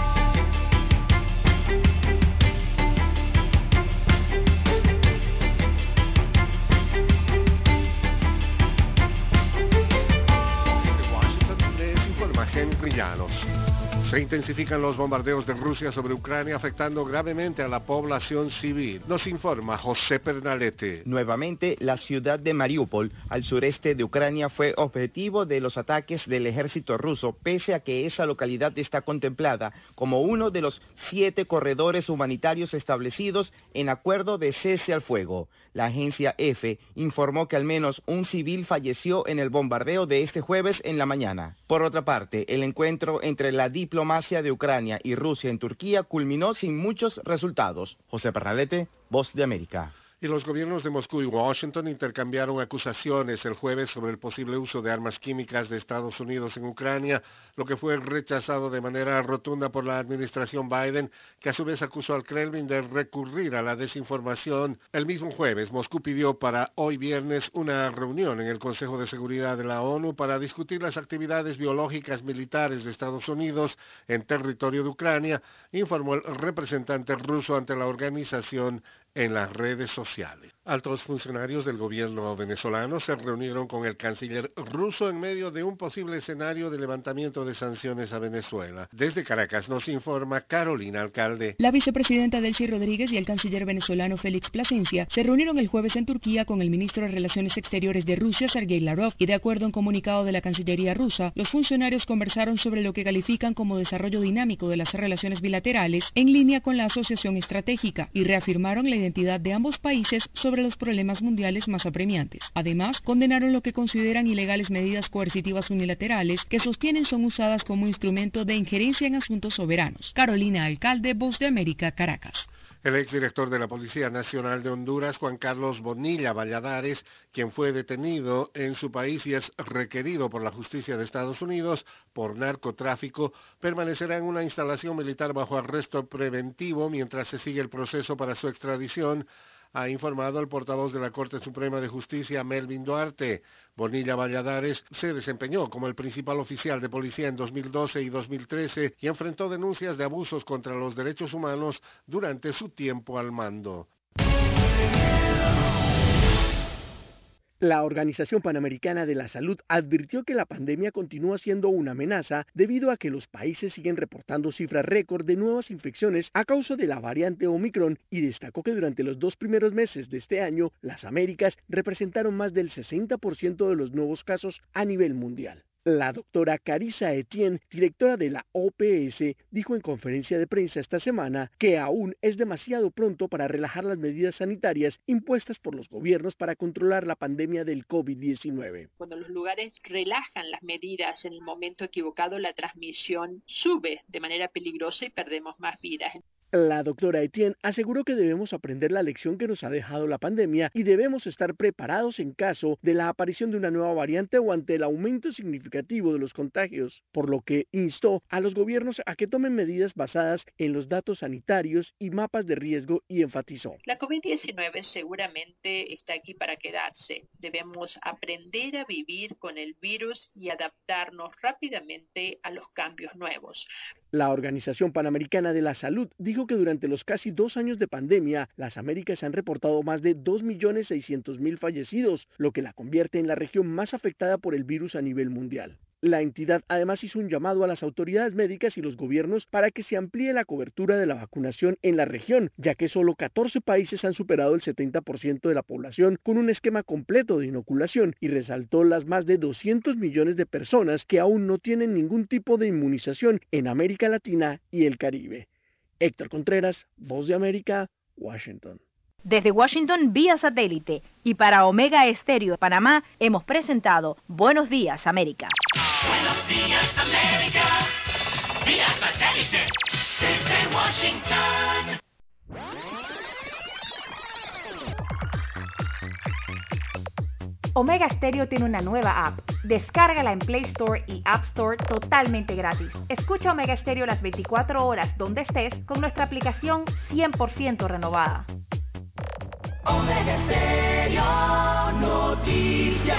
Henry Llanos. Se intensifican los bombardeos de Rusia sobre Ucrania, afectando gravemente a la población civil. Nos informa José Pernalete. Nuevamente, la ciudad de Mariupol, al sureste de Ucrania, fue objetivo de los ataques del ejército ruso, pese a que esa localidad está contemplada como uno de los siete corredores humanitarios establecidos en acuerdo de cese al fuego. La agencia EFE informó que al menos un civil falleció en el bombardeo de este jueves en la mañana. Por otra parte, el encuentro entre la diplomacia de Ucrania y Rusia en Turquía culminó sin muchos resultados. José Pernalete, Voz de América. Y los gobiernos de Moscú y Washington intercambiaron acusaciones el jueves sobre el posible uso de armas químicas de Estados Unidos en Ucrania, lo que fue rechazado de manera rotunda por la administración Biden, que a su vez acusó al Kremlin de recurrir a la desinformación. El mismo jueves, Moscú pidió para hoy viernes una reunión en el Consejo de Seguridad de la ONU para discutir las actividades biológicas militares de Estados Unidos en territorio de Ucrania, informó el representante ruso ante la organización en las redes sociales. Altos funcionarios del gobierno venezolano se reunieron con el canciller ruso en medio de un posible escenario de levantamiento de sanciones a Venezuela. Desde Caracas nos informa Carolina Alcalde. La vicepresidenta Delcy Rodríguez y el canciller venezolano Félix Plasencia se reunieron el jueves en Turquía con el ministro de Relaciones Exteriores de Rusia, Sergei Lavrov, y de acuerdo a un comunicado de la Cancillería rusa, los funcionarios conversaron sobre lo que califican como desarrollo dinámico de las relaciones bilaterales en línea con la asociación estratégica y reafirmaron la identidad de ambos países sobre los problemas mundiales más apremiantes. Además, condenaron lo que consideran ilegales medidas coercitivas unilaterales que sostienen son usadas como instrumento de injerencia en asuntos soberanos. Carolina Alcalde, Voz de América, Caracas. El exdirector de la Policía Nacional de Honduras, Juan Carlos Bonilla Valladares, quien fue detenido en su país y es requerido por la justicia de Estados Unidos por narcotráfico, permanecerá en una instalación militar bajo arresto preventivo mientras se sigue el proceso para su extradición, ha informado el portavoz de la Corte Suprema de Justicia, Melvin Duarte. Bonilla Valladares se desempeñó como el principal oficial de policía en dos mil doce y dos mil trece y enfrentó denuncias de abusos contra los derechos humanos durante su tiempo al mando. La Organización Panamericana de la Salud advirtió que la pandemia continúa siendo una amenaza debido a que los países siguen reportando cifras récord de nuevas infecciones a causa de la variante Omicron y destacó que durante los dos primeros meses de este año, las Américas representaron más del sesenta por ciento de los nuevos casos a nivel mundial. La doctora Carissa Etienne, directora de la O P S, dijo en conferencia de prensa esta semana que aún es demasiado pronto para relajar las medidas sanitarias impuestas por los gobiernos para controlar la pandemia del COVID diecinueve. Cuando los lugares relajan las medidas en el momento equivocado, la transmisión sube de manera peligrosa y perdemos más vidas. La doctora Etienne aseguró que debemos aprender la lección que nos ha dejado la pandemia y debemos estar preparados en caso de la aparición de una nueva variante o ante el aumento significativo de los contagios, por lo que instó a los gobiernos a que tomen medidas basadas en los datos sanitarios y mapas de riesgo y enfatizó. La COVID diecinueve seguramente está aquí para quedarse. Debemos aprender a vivir con el virus y adaptarnos rápidamente a los cambios nuevos. La Organización Panamericana de la Salud dijo dijo que durante los casi dos años de pandemia, las Américas han reportado más de dos millones seiscientos mil fallecidos, lo que la convierte en la región más afectada por el virus a nivel mundial. La entidad además hizo un llamado a las autoridades médicas y los gobiernos para que se amplíe la cobertura de la vacunación en la región, ya que solo catorce países han superado el setenta por ciento de la población con un esquema completo de inoculación, y resaltó las más de doscientos millones de personas que aún no tienen ningún tipo de inmunización en América Latina y el Caribe. Héctor Contreras, Voz de América, Washington. Desde Washington vía satélite y para Omega Estéreo de Panamá hemos presentado Buenos Días América. Buenos días América, vía satélite desde Washington. Omega Stereo tiene una nueva app. Descárgala en Play Store y App Store totalmente gratis. Escucha Omega Stereo las veinticuatro horas donde estés con nuestra aplicación cien por ciento renovada. Omega Stereo Noticias.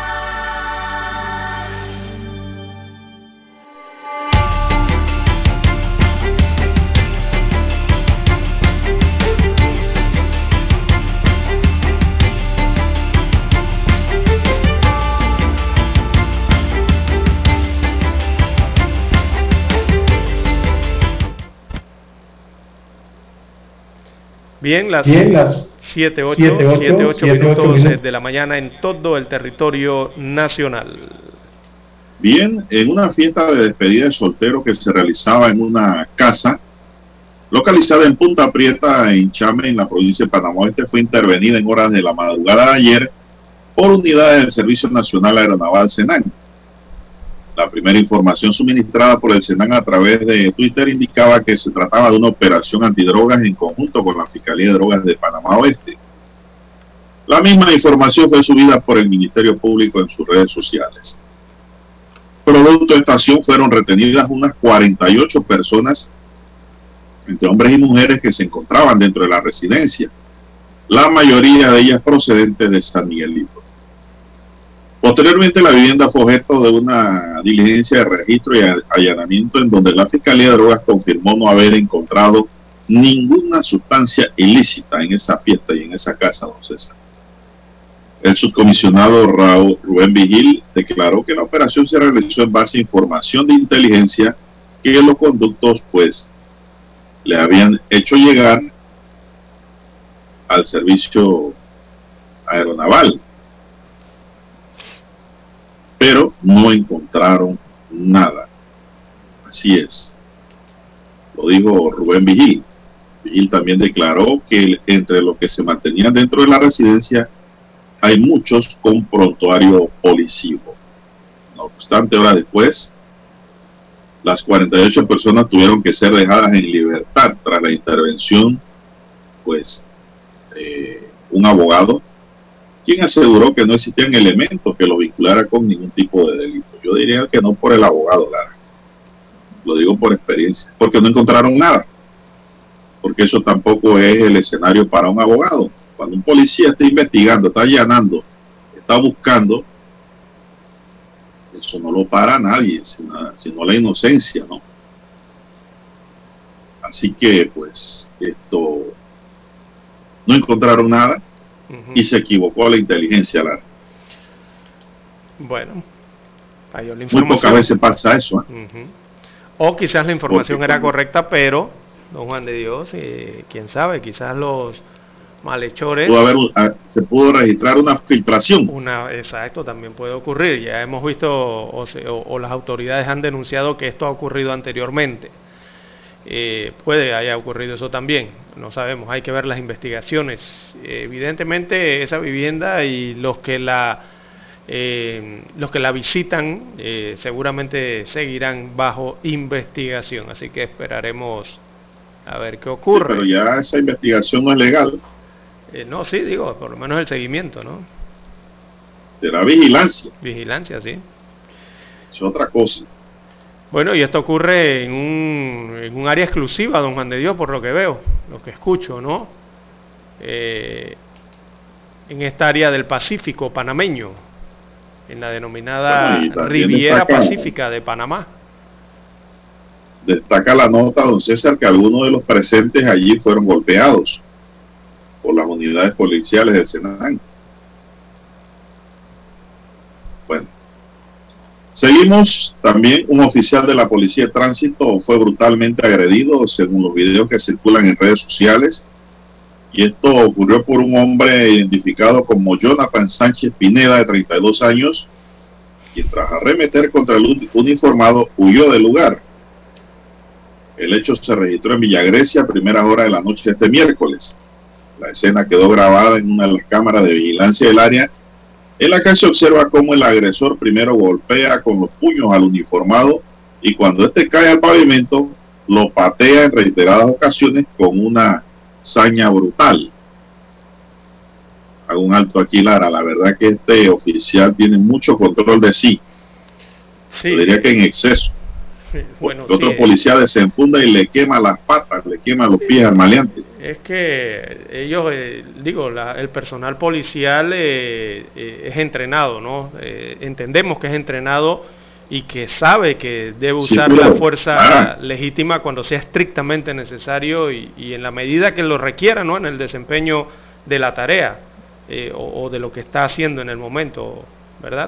Bien, las, Bien, las siete ocho minutos de la mañana en todo el territorio nacional. Bien, en una fiesta de despedida de soltero que se realizaba en una casa localizada en Punta Prieta, en Chame, en la provincia de Panamá Oeste, fue intervenida en horas de la madrugada de ayer por unidades del Servicio Nacional Aeronaval SENAN. La primera información suministrada por el SENAN a través de Twitter indicaba que se trataba de una operación antidrogas en conjunto con la Fiscalía de Drogas de Panamá Oeste. La misma información fue subida por el Ministerio Público en sus redes sociales. Producto de esta acción fueron retenidas unas cuarenta y ocho personas, entre hombres y mujeres, que se encontraban dentro de la residencia, la mayoría de ellas procedentes de San Miguelito. Posteriormente, la vivienda fue objeto de una diligencia de registro y allanamiento en donde la Fiscalía de Drogas confirmó no haber encontrado ninguna sustancia ilícita en esa fiesta y en esa casa, don César. El subcomisionado Raúl Rubén Vigil declaró que la operación se realizó en base a información de inteligencia que los conductos pues le habían hecho llegar al servicio aeronaval, pero no encontraron nada. Así es, lo dijo Rubén Vigil. Vigil también declaró que entre los que se mantenían dentro de la residencia hay muchos con prontuario policivo. No obstante, horas después, las cuarenta y ocho personas tuvieron que ser dejadas en libertad tras la intervención, pues, eh, un abogado, quien aseguró que no existían elementos que lo vinculara con ningún tipo de delito. Yo diría que no por el abogado, Lara. Lo digo por experiencia, porque no encontraron nada. Porque eso tampoco es el escenario para un abogado. Cuando un policía está investigando, está allanando, está buscando, eso no lo para nadie, sino, sino la inocencia, ¿no? Así que, pues, esto, no encontraron nada. Uh-huh. Y se equivocó la inteligencia, Lara. Bueno, falló la información. Muy pocas veces pasa eso, ¿eh? Uh-huh. O quizás la información Porque, era correcta, pero, don Juan de Dios, eh, quién sabe, quizás los malhechores... Pudo haber, uh, se pudo registrar una filtración. Una, exacto, también puede ocurrir. Ya hemos visto, o, se, o, o las autoridades han denunciado que esto ha ocurrido anteriormente. Eh, puede haya ocurrido eso también, no sabemos, hay que ver las investigaciones. Eh, evidentemente esa vivienda y los que la eh, los que la visitan eh, seguramente seguirán bajo investigación, así que esperaremos a ver qué ocurre. Sí, pero ya esa investigación no es legal. Eh, no, sí, digo, por lo menos el seguimiento, ¿no? Será vigilancia. Vigilancia, sí. Es otra cosa. Bueno, y esto ocurre en un, en un área exclusiva, don Juan de Dios, por lo que veo, lo que escucho, ¿no? Eh, en esta área del Pacífico panameño, en la denominada bueno, Riviera Pacífica de Panamá. Destaca la nota, don César, que algunos de los presentes allí fueron golpeados por las unidades policiales del Senán. Bueno, seguimos. También un oficial de la Policía de Tránsito fue brutalmente agredido, según los videos que circulan en redes sociales. Y esto ocurrió por un hombre identificado como Jonathan Sánchez Pineda, de treinta y dos años, quien tras arremeter contra el uniformado huyó del lugar. El hecho se registró en Villagrecia a primeras horas de la noche de este miércoles. La escena quedó grabada en una de las cámaras de vigilancia del área, en la que se observa cómo el agresor primero golpea con los puños al uniformado y cuando éste cae al pavimento, lo patea en reiteradas ocasiones con una saña brutal. Hago un alto aquí, Lara. La verdad que este oficial tiene mucho control de sí. Sí. Yo diría que en exceso. Sí, bueno, otro sí, policía desenfunda y le quema las patas, le quema los pies al maleante. Es que ellos, eh, digo, la, el personal policial eh, eh, es entrenado, ¿no? Eh, entendemos que es entrenado y que sabe que debe usar sí, la fuerza ah. legítima cuando sea estrictamente necesario y, y en la medida que lo requiera, ¿no? En el desempeño de la tarea eh, o, o de lo que está haciendo en el momento, ¿verdad?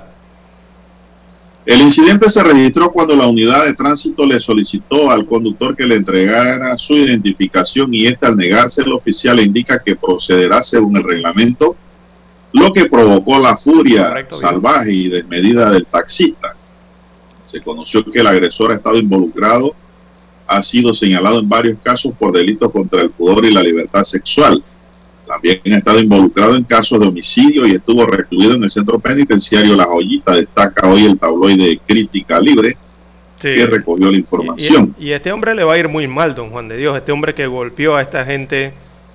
El incidente se registró cuando la unidad de tránsito le solicitó al conductor que le entregara su identificación y este, al negarse, el oficial le indica que procederá según el reglamento, lo que provocó la furia Correcto, salvaje bien. y desmedida del taxista. Se conoció que el agresor ha estado involucrado, ha sido señalado en varios casos por delitos contra el pudor y la libertad sexual. También ha estado involucrado en casos de homicidio y estuvo recluido en el centro penitenciario La Joyita, destaca hoy el tabloide Crítica Libre, sí. que recogió la información. Y, y, y este hombre le va a ir muy mal, don Juan de Dios, este hombre que golpeó a esta gente,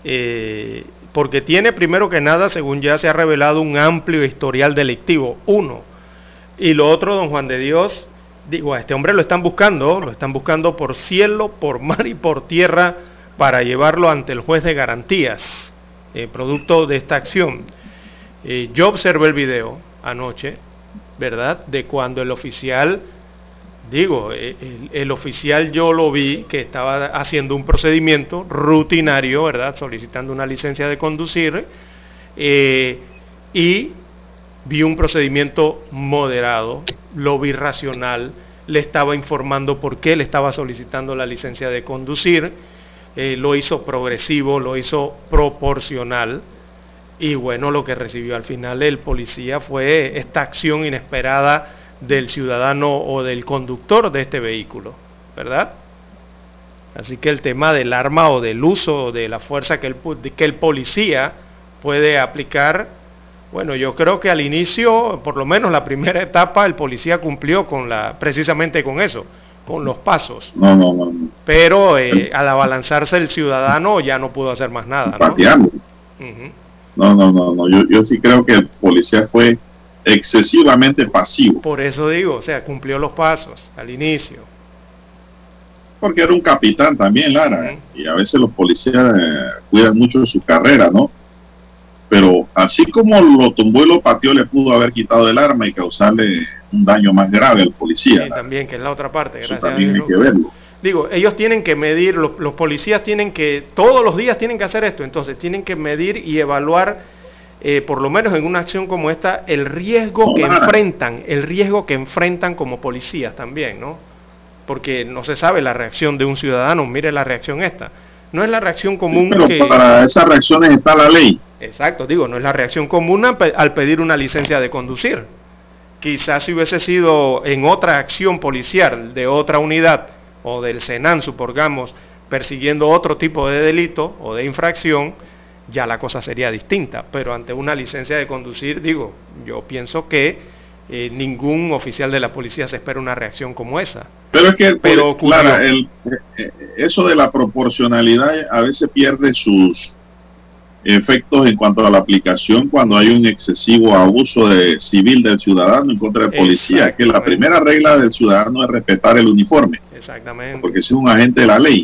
eh, porque tiene primero que nada, según ya se ha revelado, un amplio historial delictivo, uno. Y lo otro, don Juan de Dios, digo, a este hombre lo están buscando, lo están buscando por cielo, por mar y por tierra para llevarlo ante el juez de garantías. Eh, producto de esta acción. Eh, yo observé el video anoche, ¿verdad? De cuando el oficial, digo, eh, el, el oficial yo lo vi que estaba haciendo un procedimiento rutinario, ¿verdad? Solicitando una licencia de conducir eh, y vi un procedimiento moderado, lo vi racional, le estaba informando por qué le estaba solicitando la licencia de conducir. Eh, lo hizo progresivo, lo hizo proporcional y bueno, lo que recibió al final el policía fue esta acción inesperada del ciudadano o del conductor de este vehículo, ¿verdad? Así que el tema del arma o del uso de la fuerza que el, que el policía puede aplicar, bueno, yo creo que al inicio, por lo menos la primera etapa, el policía cumplió con la, precisamente con eso, con los pasos. No, no, no. Pero eh, al abalanzarse el ciudadano ya no pudo hacer más nada, ¿no? Pateando. Uh-huh. No, no, no, no. Yo, yo sí creo que el policía fue excesivamente pasivo. Por eso digo, o sea, cumplió los pasos al inicio. Porque era un capitán también, Lara. Uh-huh. Y a veces los policías eh, cuidan mucho de su carrera, ¿no? Pero así como lo tumbó y lo pateó, le pudo haber quitado el arma y causarle un daño más grave al policía. Sí, también, que es la otra parte. Eso también hay que verlo. Digo, ellos tienen que medir, los, los policías tienen que, todos los días tienen que hacer esto, entonces tienen que medir y evaluar, eh, por lo menos en una acción como esta, el riesgo no, que nada. enfrentan, el riesgo que enfrentan como policías también, ¿no? Porque no se sabe la reacción de un ciudadano, mire la reacción esta. No es la reacción común sí, pero que... para esas reacciones está la ley. Exacto, digo, no es la reacción común al pedir una licencia de conducir. Quizás si hubiese sido en otra acción policial de otra unidad o del Senán, supongamos, persiguiendo otro tipo de delito o de infracción, ya la cosa sería distinta. Pero ante una licencia de conducir, digo, yo pienso que eh, ningún oficial de la policía se espera una reacción como esa. Pero es que, Pero, Clara, el, eso de la proporcionalidad a veces pierde sus efectos en cuanto a la aplicación cuando hay un excesivo abuso de civil del ciudadano en contra del policía, que la primera regla del ciudadano es respetar el uniforme. Exactamente. Porque es un agente de la ley.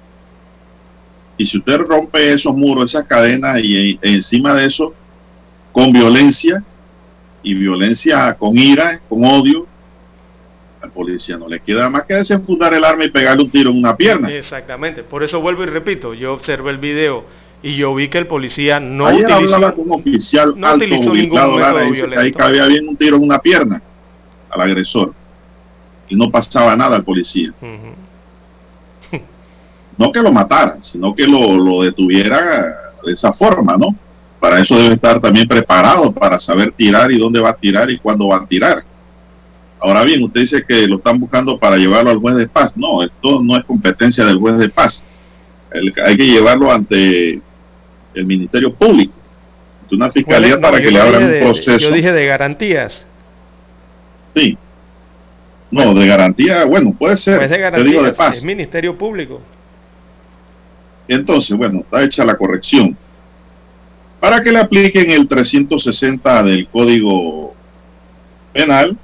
Y si usted rompe esos muros, esas cadenas y, y encima de eso, con violencia, y violencia con ira, con odio, policía no le queda más que desenfundar el arma y pegarle un tiro en una pierna. Exactamente, por eso vuelvo y repito, yo observé el video y yo vi que el policía no Ayer utilizó, hablaba con un oficial no alto utilizó ningún ubicado, método Lara, dice que ahí violento. cabía bien un tiro en una pierna al agresor y no pasaba nada al policía. Uh-huh. No que lo matara, sino que lo, lo detuviera de esa forma, ¿no? Para eso debe estar también preparado para saber tirar y dónde va a tirar y cuándo va a tirar. Ahora bien, usted dice que lo están buscando para llevarlo al juez de paz. No, esto no es competencia del juez de paz. El, hay que llevarlo ante el Ministerio Público, ante una fiscalía, Bueno, no, para que le abran de, un proceso. Yo dije de garantías. Sí. No, bueno, de garantía, bueno, puede ser. Pues de garantías, te digo de paz. Es Ministerio Público. Entonces, bueno, está hecha la corrección. Para que le apliquen el trescientos sesenta del Código Penal,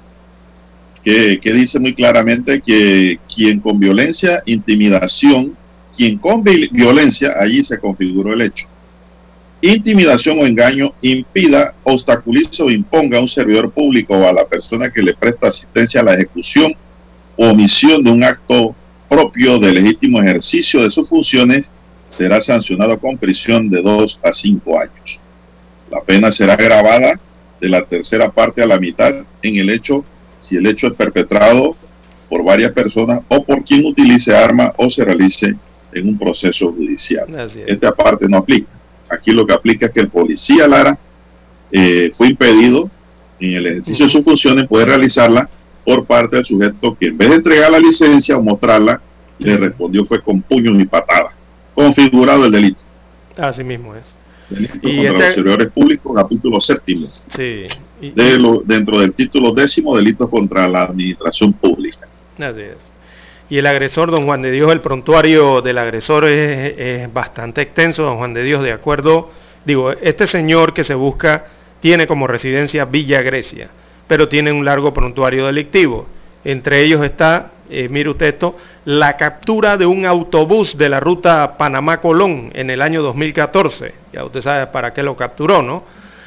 que, que dice muy claramente que quien con violencia, intimidación, quien con violencia, allí se configuró el hecho, intimidación o engaño, impida, obstaculice o imponga a un servidor público o a la persona que le presta asistencia a la ejecución o omisión de un acto propio de legítimo ejercicio de sus funciones, será sancionado con prisión de dos a cinco años. La pena será agravada de la tercera parte a la mitad en el hecho, si el hecho es perpetrado por varias personas o por quien utilice arma o se realice en un proceso judicial. Esta parte no aplica. Aquí lo que aplica es que el policía, Lara, eh, fue impedido en el ejercicio uh-huh. de sus funciones poder realizarla por parte del sujeto que en vez de entregar la licencia o mostrarla, uh-huh. le respondió fue con puños y patadas. Configurado el delito. Así mismo es. Delito y contra este... los servidores públicos, capítulo séptimo. Sí. Y, de lo, dentro del título décimo, delitos contra la administración pública. Así es. Y el agresor, don Juan de Dios, el prontuario del agresor es, es bastante extenso, don Juan de Dios, de acuerdo. Digo, este señor que se busca tiene como residencia Villa Grecia, pero tiene un largo prontuario delictivo. Entre ellos está, eh, mire usted esto, la captura de un autobús de la ruta Panamá-Colón en el año dos mil catorce. Ya usted sabe para qué lo capturó, ¿no?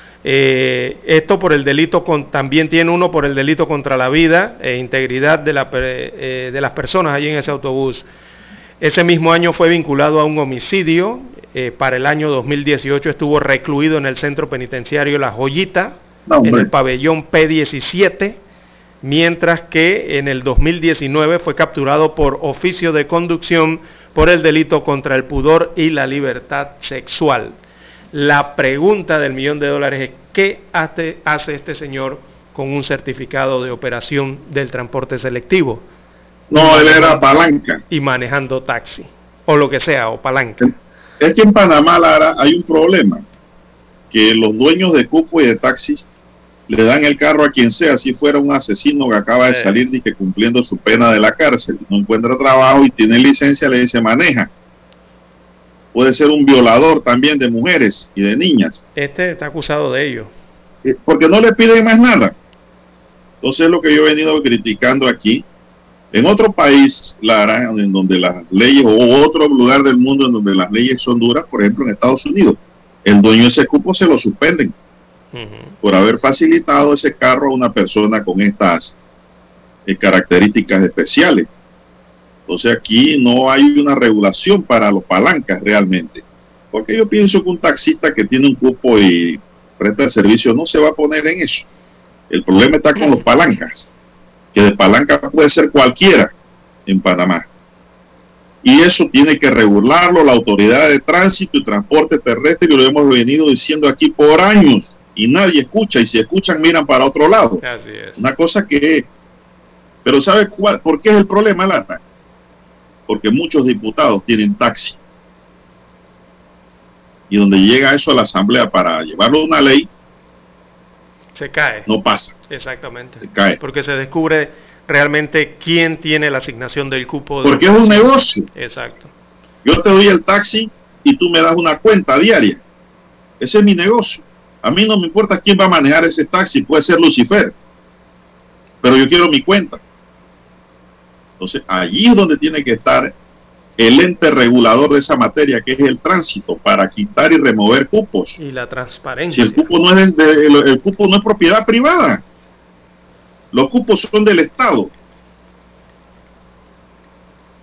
Eh, esto por el delito, con, también tiene uno por el delito contra la vida e integridad de, la, eh, de las personas allí en ese autobús. Ese mismo año fue vinculado a un homicidio. Eh, para el año dos mil dieciocho estuvo recluido en el centro penitenciario La Joyita, no, en el pabellón P diecisiete. Mientras que en el dos mil diecinueve fue capturado por oficio de conducción por el delito contra el pudor y la libertad sexual. La pregunta del millón de dólares es, ¿qué hace, hace este señor con un certificado de operación del transporte selectivo? No, él era palanca. Y manejando taxi, o lo que sea, o palanca. Es que en Panamá, Lara, hay un problema, que los dueños de cupo y de taxis le dan el carro a quien sea, si fuera un asesino que acaba de salir y que cumpliendo su pena de la cárcel, no encuentra trabajo y tiene licencia, le dice maneja. Puede ser un violador también de mujeres y de niñas. Este está acusado de ello. Porque no le piden más nada. Entonces es lo que yo he venido criticando aquí. En otro país, Lara, en donde las leyes, o otro lugar del mundo en donde las leyes son duras, por ejemplo en Estados Unidos, el dueño de ese cupo se lo suspenden. Uh-huh. Por haber facilitado ese carro a una persona con estas eh, características especiales. Entonces aquí no hay una regulación para los palancas realmente, porque yo pienso que un taxista que tiene un cupo y presta el servicio no se va a poner en eso. El problema está con los palancas, que de palanca puede ser cualquiera en Panamá, y eso tiene que regularlo la autoridad de tránsito y transporte terrestre, y lo hemos venido diciendo aquí por años y nadie escucha, y si escuchan miran para otro lado. Así es. Una cosa que, pero ¿sabe cuál? ¿Por qué es el problema, Lara? Porque muchos diputados tienen taxi, y donde llega eso a la asamblea para llevarlo a una ley, se cae. No pasa. Exactamente. Se cae. Porque se descubre realmente quién tiene la asignación del cupo. Porque es un negocio. Exacto. Yo te doy el taxi y tú me das una cuenta diaria. Ese es mi negocio. A mí no me importa quién va a manejar ese taxi, puede ser Lucifer, pero yo quiero mi cuenta. Entonces, allí es donde tiene que estar el ente regulador de esa materia, que es el tránsito, para quitar y remover cupos. Y la transparencia. Si el cupo no es, de, el, el cupo no es propiedad privada, los cupos son del Estado.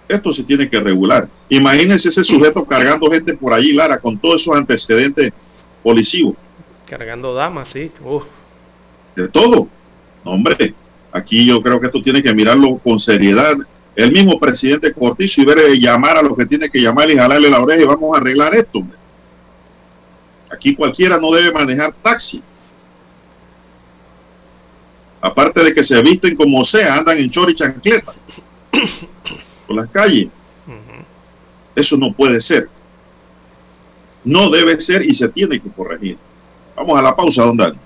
Esto se tiene que regular. Imagínense ese sujeto cargando gente por allí, Lara, con todos esos antecedentes policivos. Cargando damas, sí. Uf. De todo. No, hombre, aquí yo creo que esto tiene que mirarlo con seriedad. El mismo presidente Cortizo y ver llamar a los que tiene que llamar y jalarle la oreja y vamos a arreglar esto, hombre. Aquí cualquiera no debe manejar taxi. Aparte de que se visten como sea, andan en chor y chancleta por las calles. Uh-huh. Eso no puede ser. No debe ser y se tiene que corregir. Vamos a la pausa, don Dani.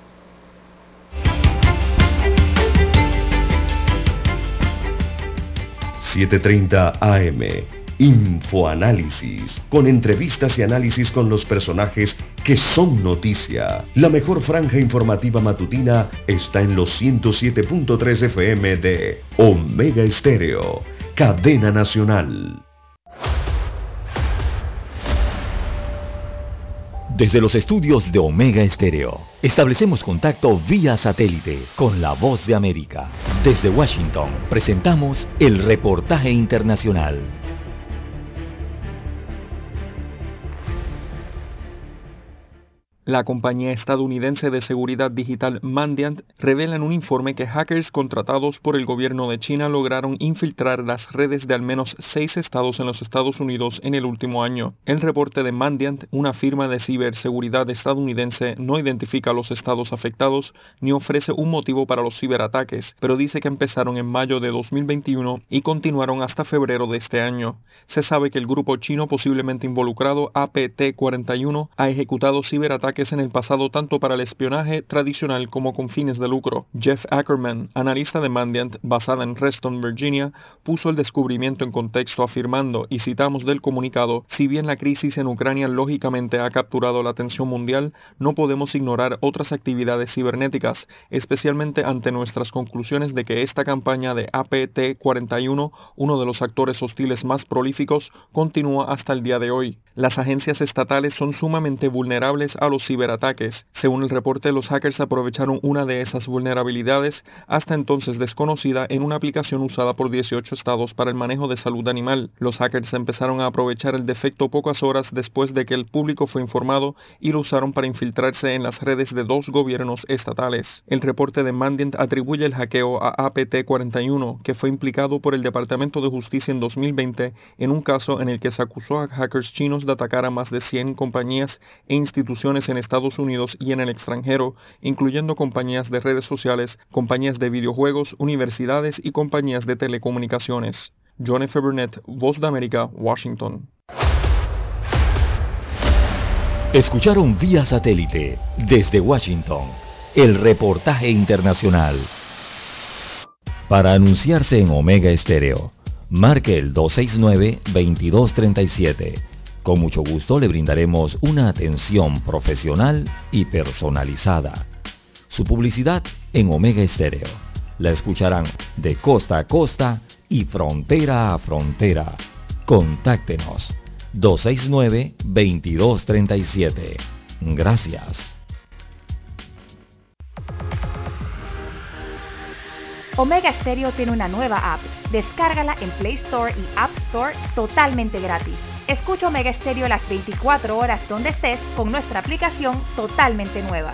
siete treinta A M, Infoanálisis, con entrevistas y análisis con los personajes que son noticia. La mejor franja informativa matutina está en los ciento siete punto tres F M de Omega Estéreo, cadena nacional. Desde los estudios de Omega Estéreo, establecemos contacto vía satélite con la Voz de América. Desde Washington, presentamos el reportaje internacional. La compañía estadounidense de seguridad digital Mandiant revela en un informe que hackers contratados por el gobierno de China lograron infiltrar las redes de al menos seis estados en los Estados Unidos en el último año. El reporte de Mandiant, una firma de ciberseguridad estadounidense, no identifica a los estados afectados ni ofrece un motivo para los ciberataques, pero dice que empezaron en mayo de dos mil veintiuno y continuaron hasta febrero de este año. Se sabe que el grupo chino posiblemente involucrado, A P T cuarenta y uno, ha ejecutado ciberataques en el pasado tanto para el espionaje tradicional como con fines de lucro. Jeff Ackerman, analista de Mandiant basada en Reston, Virginia, puso el descubrimiento en contexto afirmando, y citamos del comunicado, si bien la crisis en Ucrania lógicamente ha capturado la atención mundial, no podemos ignorar otras actividades cibernéticas, especialmente ante nuestras conclusiones de que esta campaña de A P T cuarenta y uno, uno de los actores hostiles más prolíficos, continúa hasta el día de hoy. Las agencias estatales son sumamente vulnerables a los ciberataques. Según el reporte, los hackers aprovecharon una de esas vulnerabilidades, hasta entonces desconocida, en una aplicación usada por dieciocho estados para el manejo de salud animal. Los hackers empezaron a aprovechar el defecto pocas horas después de que el público fue informado y lo usaron para infiltrarse en las redes de dos gobiernos estatales. El reporte de Mandiant atribuye el hackeo a A P T cuarenta y uno, que fue implicado por el Departamento de Justicia en dos mil veinte en un caso en el que se acusó a hackers chinos de atacar a más de cien compañías e instituciones en Estados Unidos y en el extranjero, incluyendo compañías de redes sociales, compañías de videojuegos, universidades y compañías de telecomunicaciones. John F. Burnett, Voz de América, Washington. Escucharon vía satélite desde Washington el reportaje internacional. Para anunciarse en Omega Estéreo, marque el dos seis nueve, veintidós treinta y siete. Con mucho gusto le brindaremos una atención profesional y personalizada. Su publicidad en Omega Estéreo. La escucharán de costa a costa y frontera a frontera. Contáctenos dos seis nueve, veintidós treinta y siete. Gracias. Omega Stereo tiene una nueva app. Descárgala en Play Store y App Store totalmente gratis. Escucha Omega Stereo las veinticuatro horas donde estés con nuestra aplicación totalmente nueva.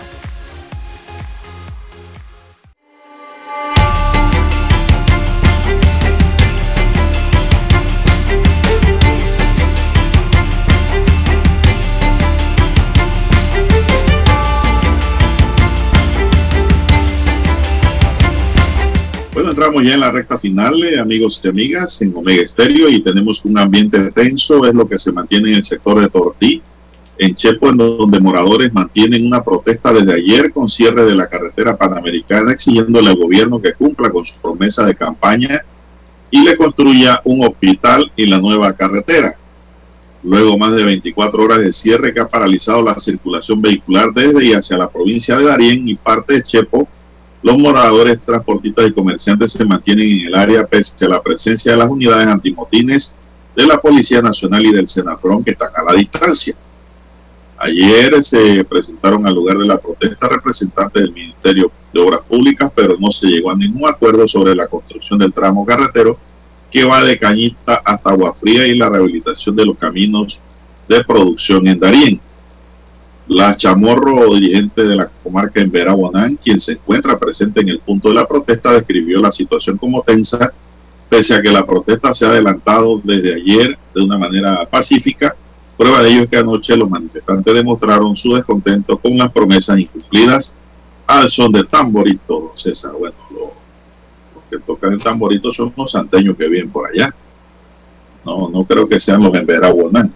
Bueno, entramos ya en la recta final, eh, amigos y amigas, en Omega Estéreo, y tenemos un ambiente tenso, es lo que se mantiene en el sector de Tortí, en Chepo, en donde moradores mantienen una protesta desde ayer con cierre de la carretera panamericana, exigiéndole al gobierno que cumpla con su promesa de campaña y le construya un hospital en la nueva carretera. Luego más de veinticuatro horas de cierre que ha paralizado la circulación vehicular desde y hacia la provincia de Darién y parte de Chepo, los moradores, transportistas y comerciantes se mantienen en el área pese a la presencia de las unidades antimotines de la Policía Nacional y del Senafrón que están a la distancia. Ayer se presentaron al lugar de la protesta representantes del Ministerio de Obras Públicas, pero no se llegó a ningún acuerdo sobre la construcción del tramo carretero que va de Cañita hasta Agua Fría y la rehabilitación de los caminos de producción en Darién. La Chamorro, dirigente de la comarca en Veraguanán, quien se encuentra presente en el punto de la protesta, describió la situación como tensa, pese a que la protesta se ha adelantado desde ayer de una manera pacífica. Prueba de ello es que anoche los manifestantes demostraron su descontento con las promesas incumplidas al son de tamborito, César. Bueno, lo, los que tocan el tamborito son los santeños que viven por allá. No, no creo que sean los en Veraguanán.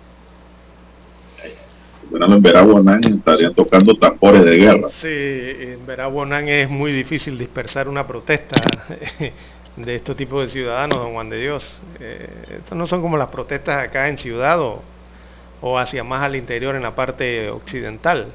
En Veraguanán estarían tocando tambores de guerra. Sí, en Veraguanán es muy difícil dispersar una protesta de este tipo de ciudadanos, don Juan de Dios. Eh, estos no son como las protestas acá en Ciudad o, o hacia más al interior en la parte occidental.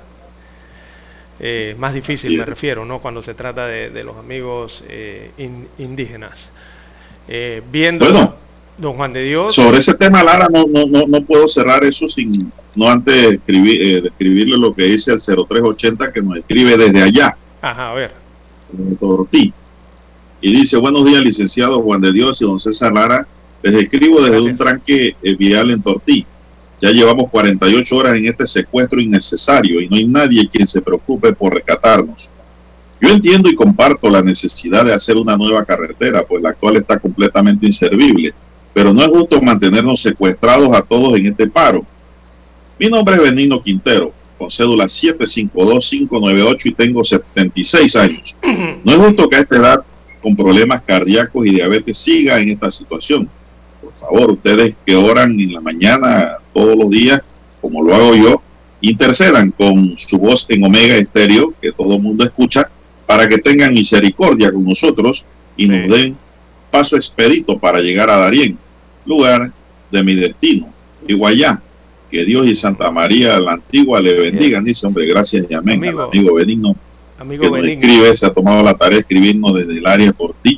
Eh, más difícil me refiero, ¿no? Cuando se trata de, de los amigos eh, in, indígenas. Eh, viendo, bueno, don Juan de Dios. Sobre ese tema, Lara, no, no, no, no puedo cerrar eso sin, no antes de escribir, eh, de escribirle lo que dice el cero tres ochenta, que nos escribe desde allá. Ajá, a ver. Tortí. Y dice: buenos días, licenciado Juan de Dios y don César Lara. Les escribo desde Gracias. un tranque eh, vial en Tortí. Ya llevamos cuarenta y ocho horas en este secuestro innecesario y no hay nadie quien se preocupe por rescatarnos. Yo entiendo y comparto la necesidad de hacer una nueva carretera, pues la actual está completamente inservible, pero no es justo mantenernos secuestrados a todos en este paro. Mi nombre es Benigno Quintero, con cédula siete cinco dos cinco nueve ocho y tengo setenta y seis años. No es justo que a esta edad, con problemas cardíacos y diabetes, siga en esta situación. Por favor, ustedes que oran en la mañana todos los días, como lo hago yo, intercedan con su voz en Omega Estéreo, que todo el mundo escucha, para que tengan misericordia con nosotros y nos den paso expedito para llegar a Darién, lugar de mi destino, Iguayá. Que Dios y Santa María la Antigua le bendigan. Dice, hombre, gracias y amén. Amigo, al amigo Benigno, amigo que nos Benigno. escribe, se ha tomado la tarea de escribirnos desde el área por ti,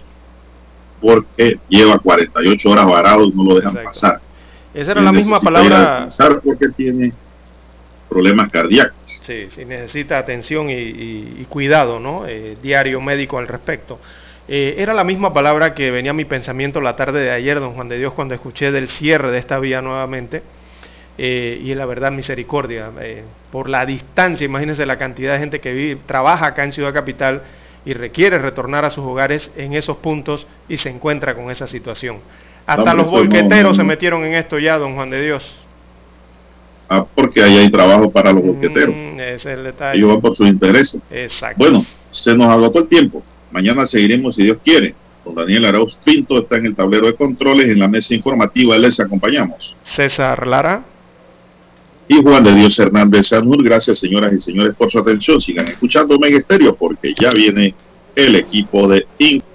porque lleva cuarenta y ocho horas varado y no lo dejan Exacto. pasar. Esa era y la misma palabra. Porque tiene problemas cardíacos. Sí, sí, necesita atención y, y, y cuidado, ¿no? Eh, diario médico al respecto. Eh, era la misma palabra que venía a mi pensamiento la tarde de ayer, don Juan de Dios, cuando escuché del cierre de esta vía nuevamente. Eh, y la verdad, misericordia, eh, por la distancia, imagínense la cantidad de gente que vive, trabaja acá en Ciudad Capital y requiere retornar a sus hogares en esos puntos y se encuentra con esa situación. Hasta Vamos, los bolqueteros no, no, no. se metieron en esto ya, don Juan de Dios. Ah, porque ahí hay trabajo para los bolqueteros. Mm, ese es el detalle. Ellos van por sus intereses. Exacto. Bueno, se nos agotó el tiempo. Mañana seguiremos si Dios quiere. Don Daniel Arauz Pinto está en el tablero de controles, en la mesa informativa les acompañamos. César Lara. Y Juan de Dios Hernández Sanur. Gracias, señoras y señores, por su atención. Sigan escuchando Omega Estéreo porque ya viene el equipo de Info.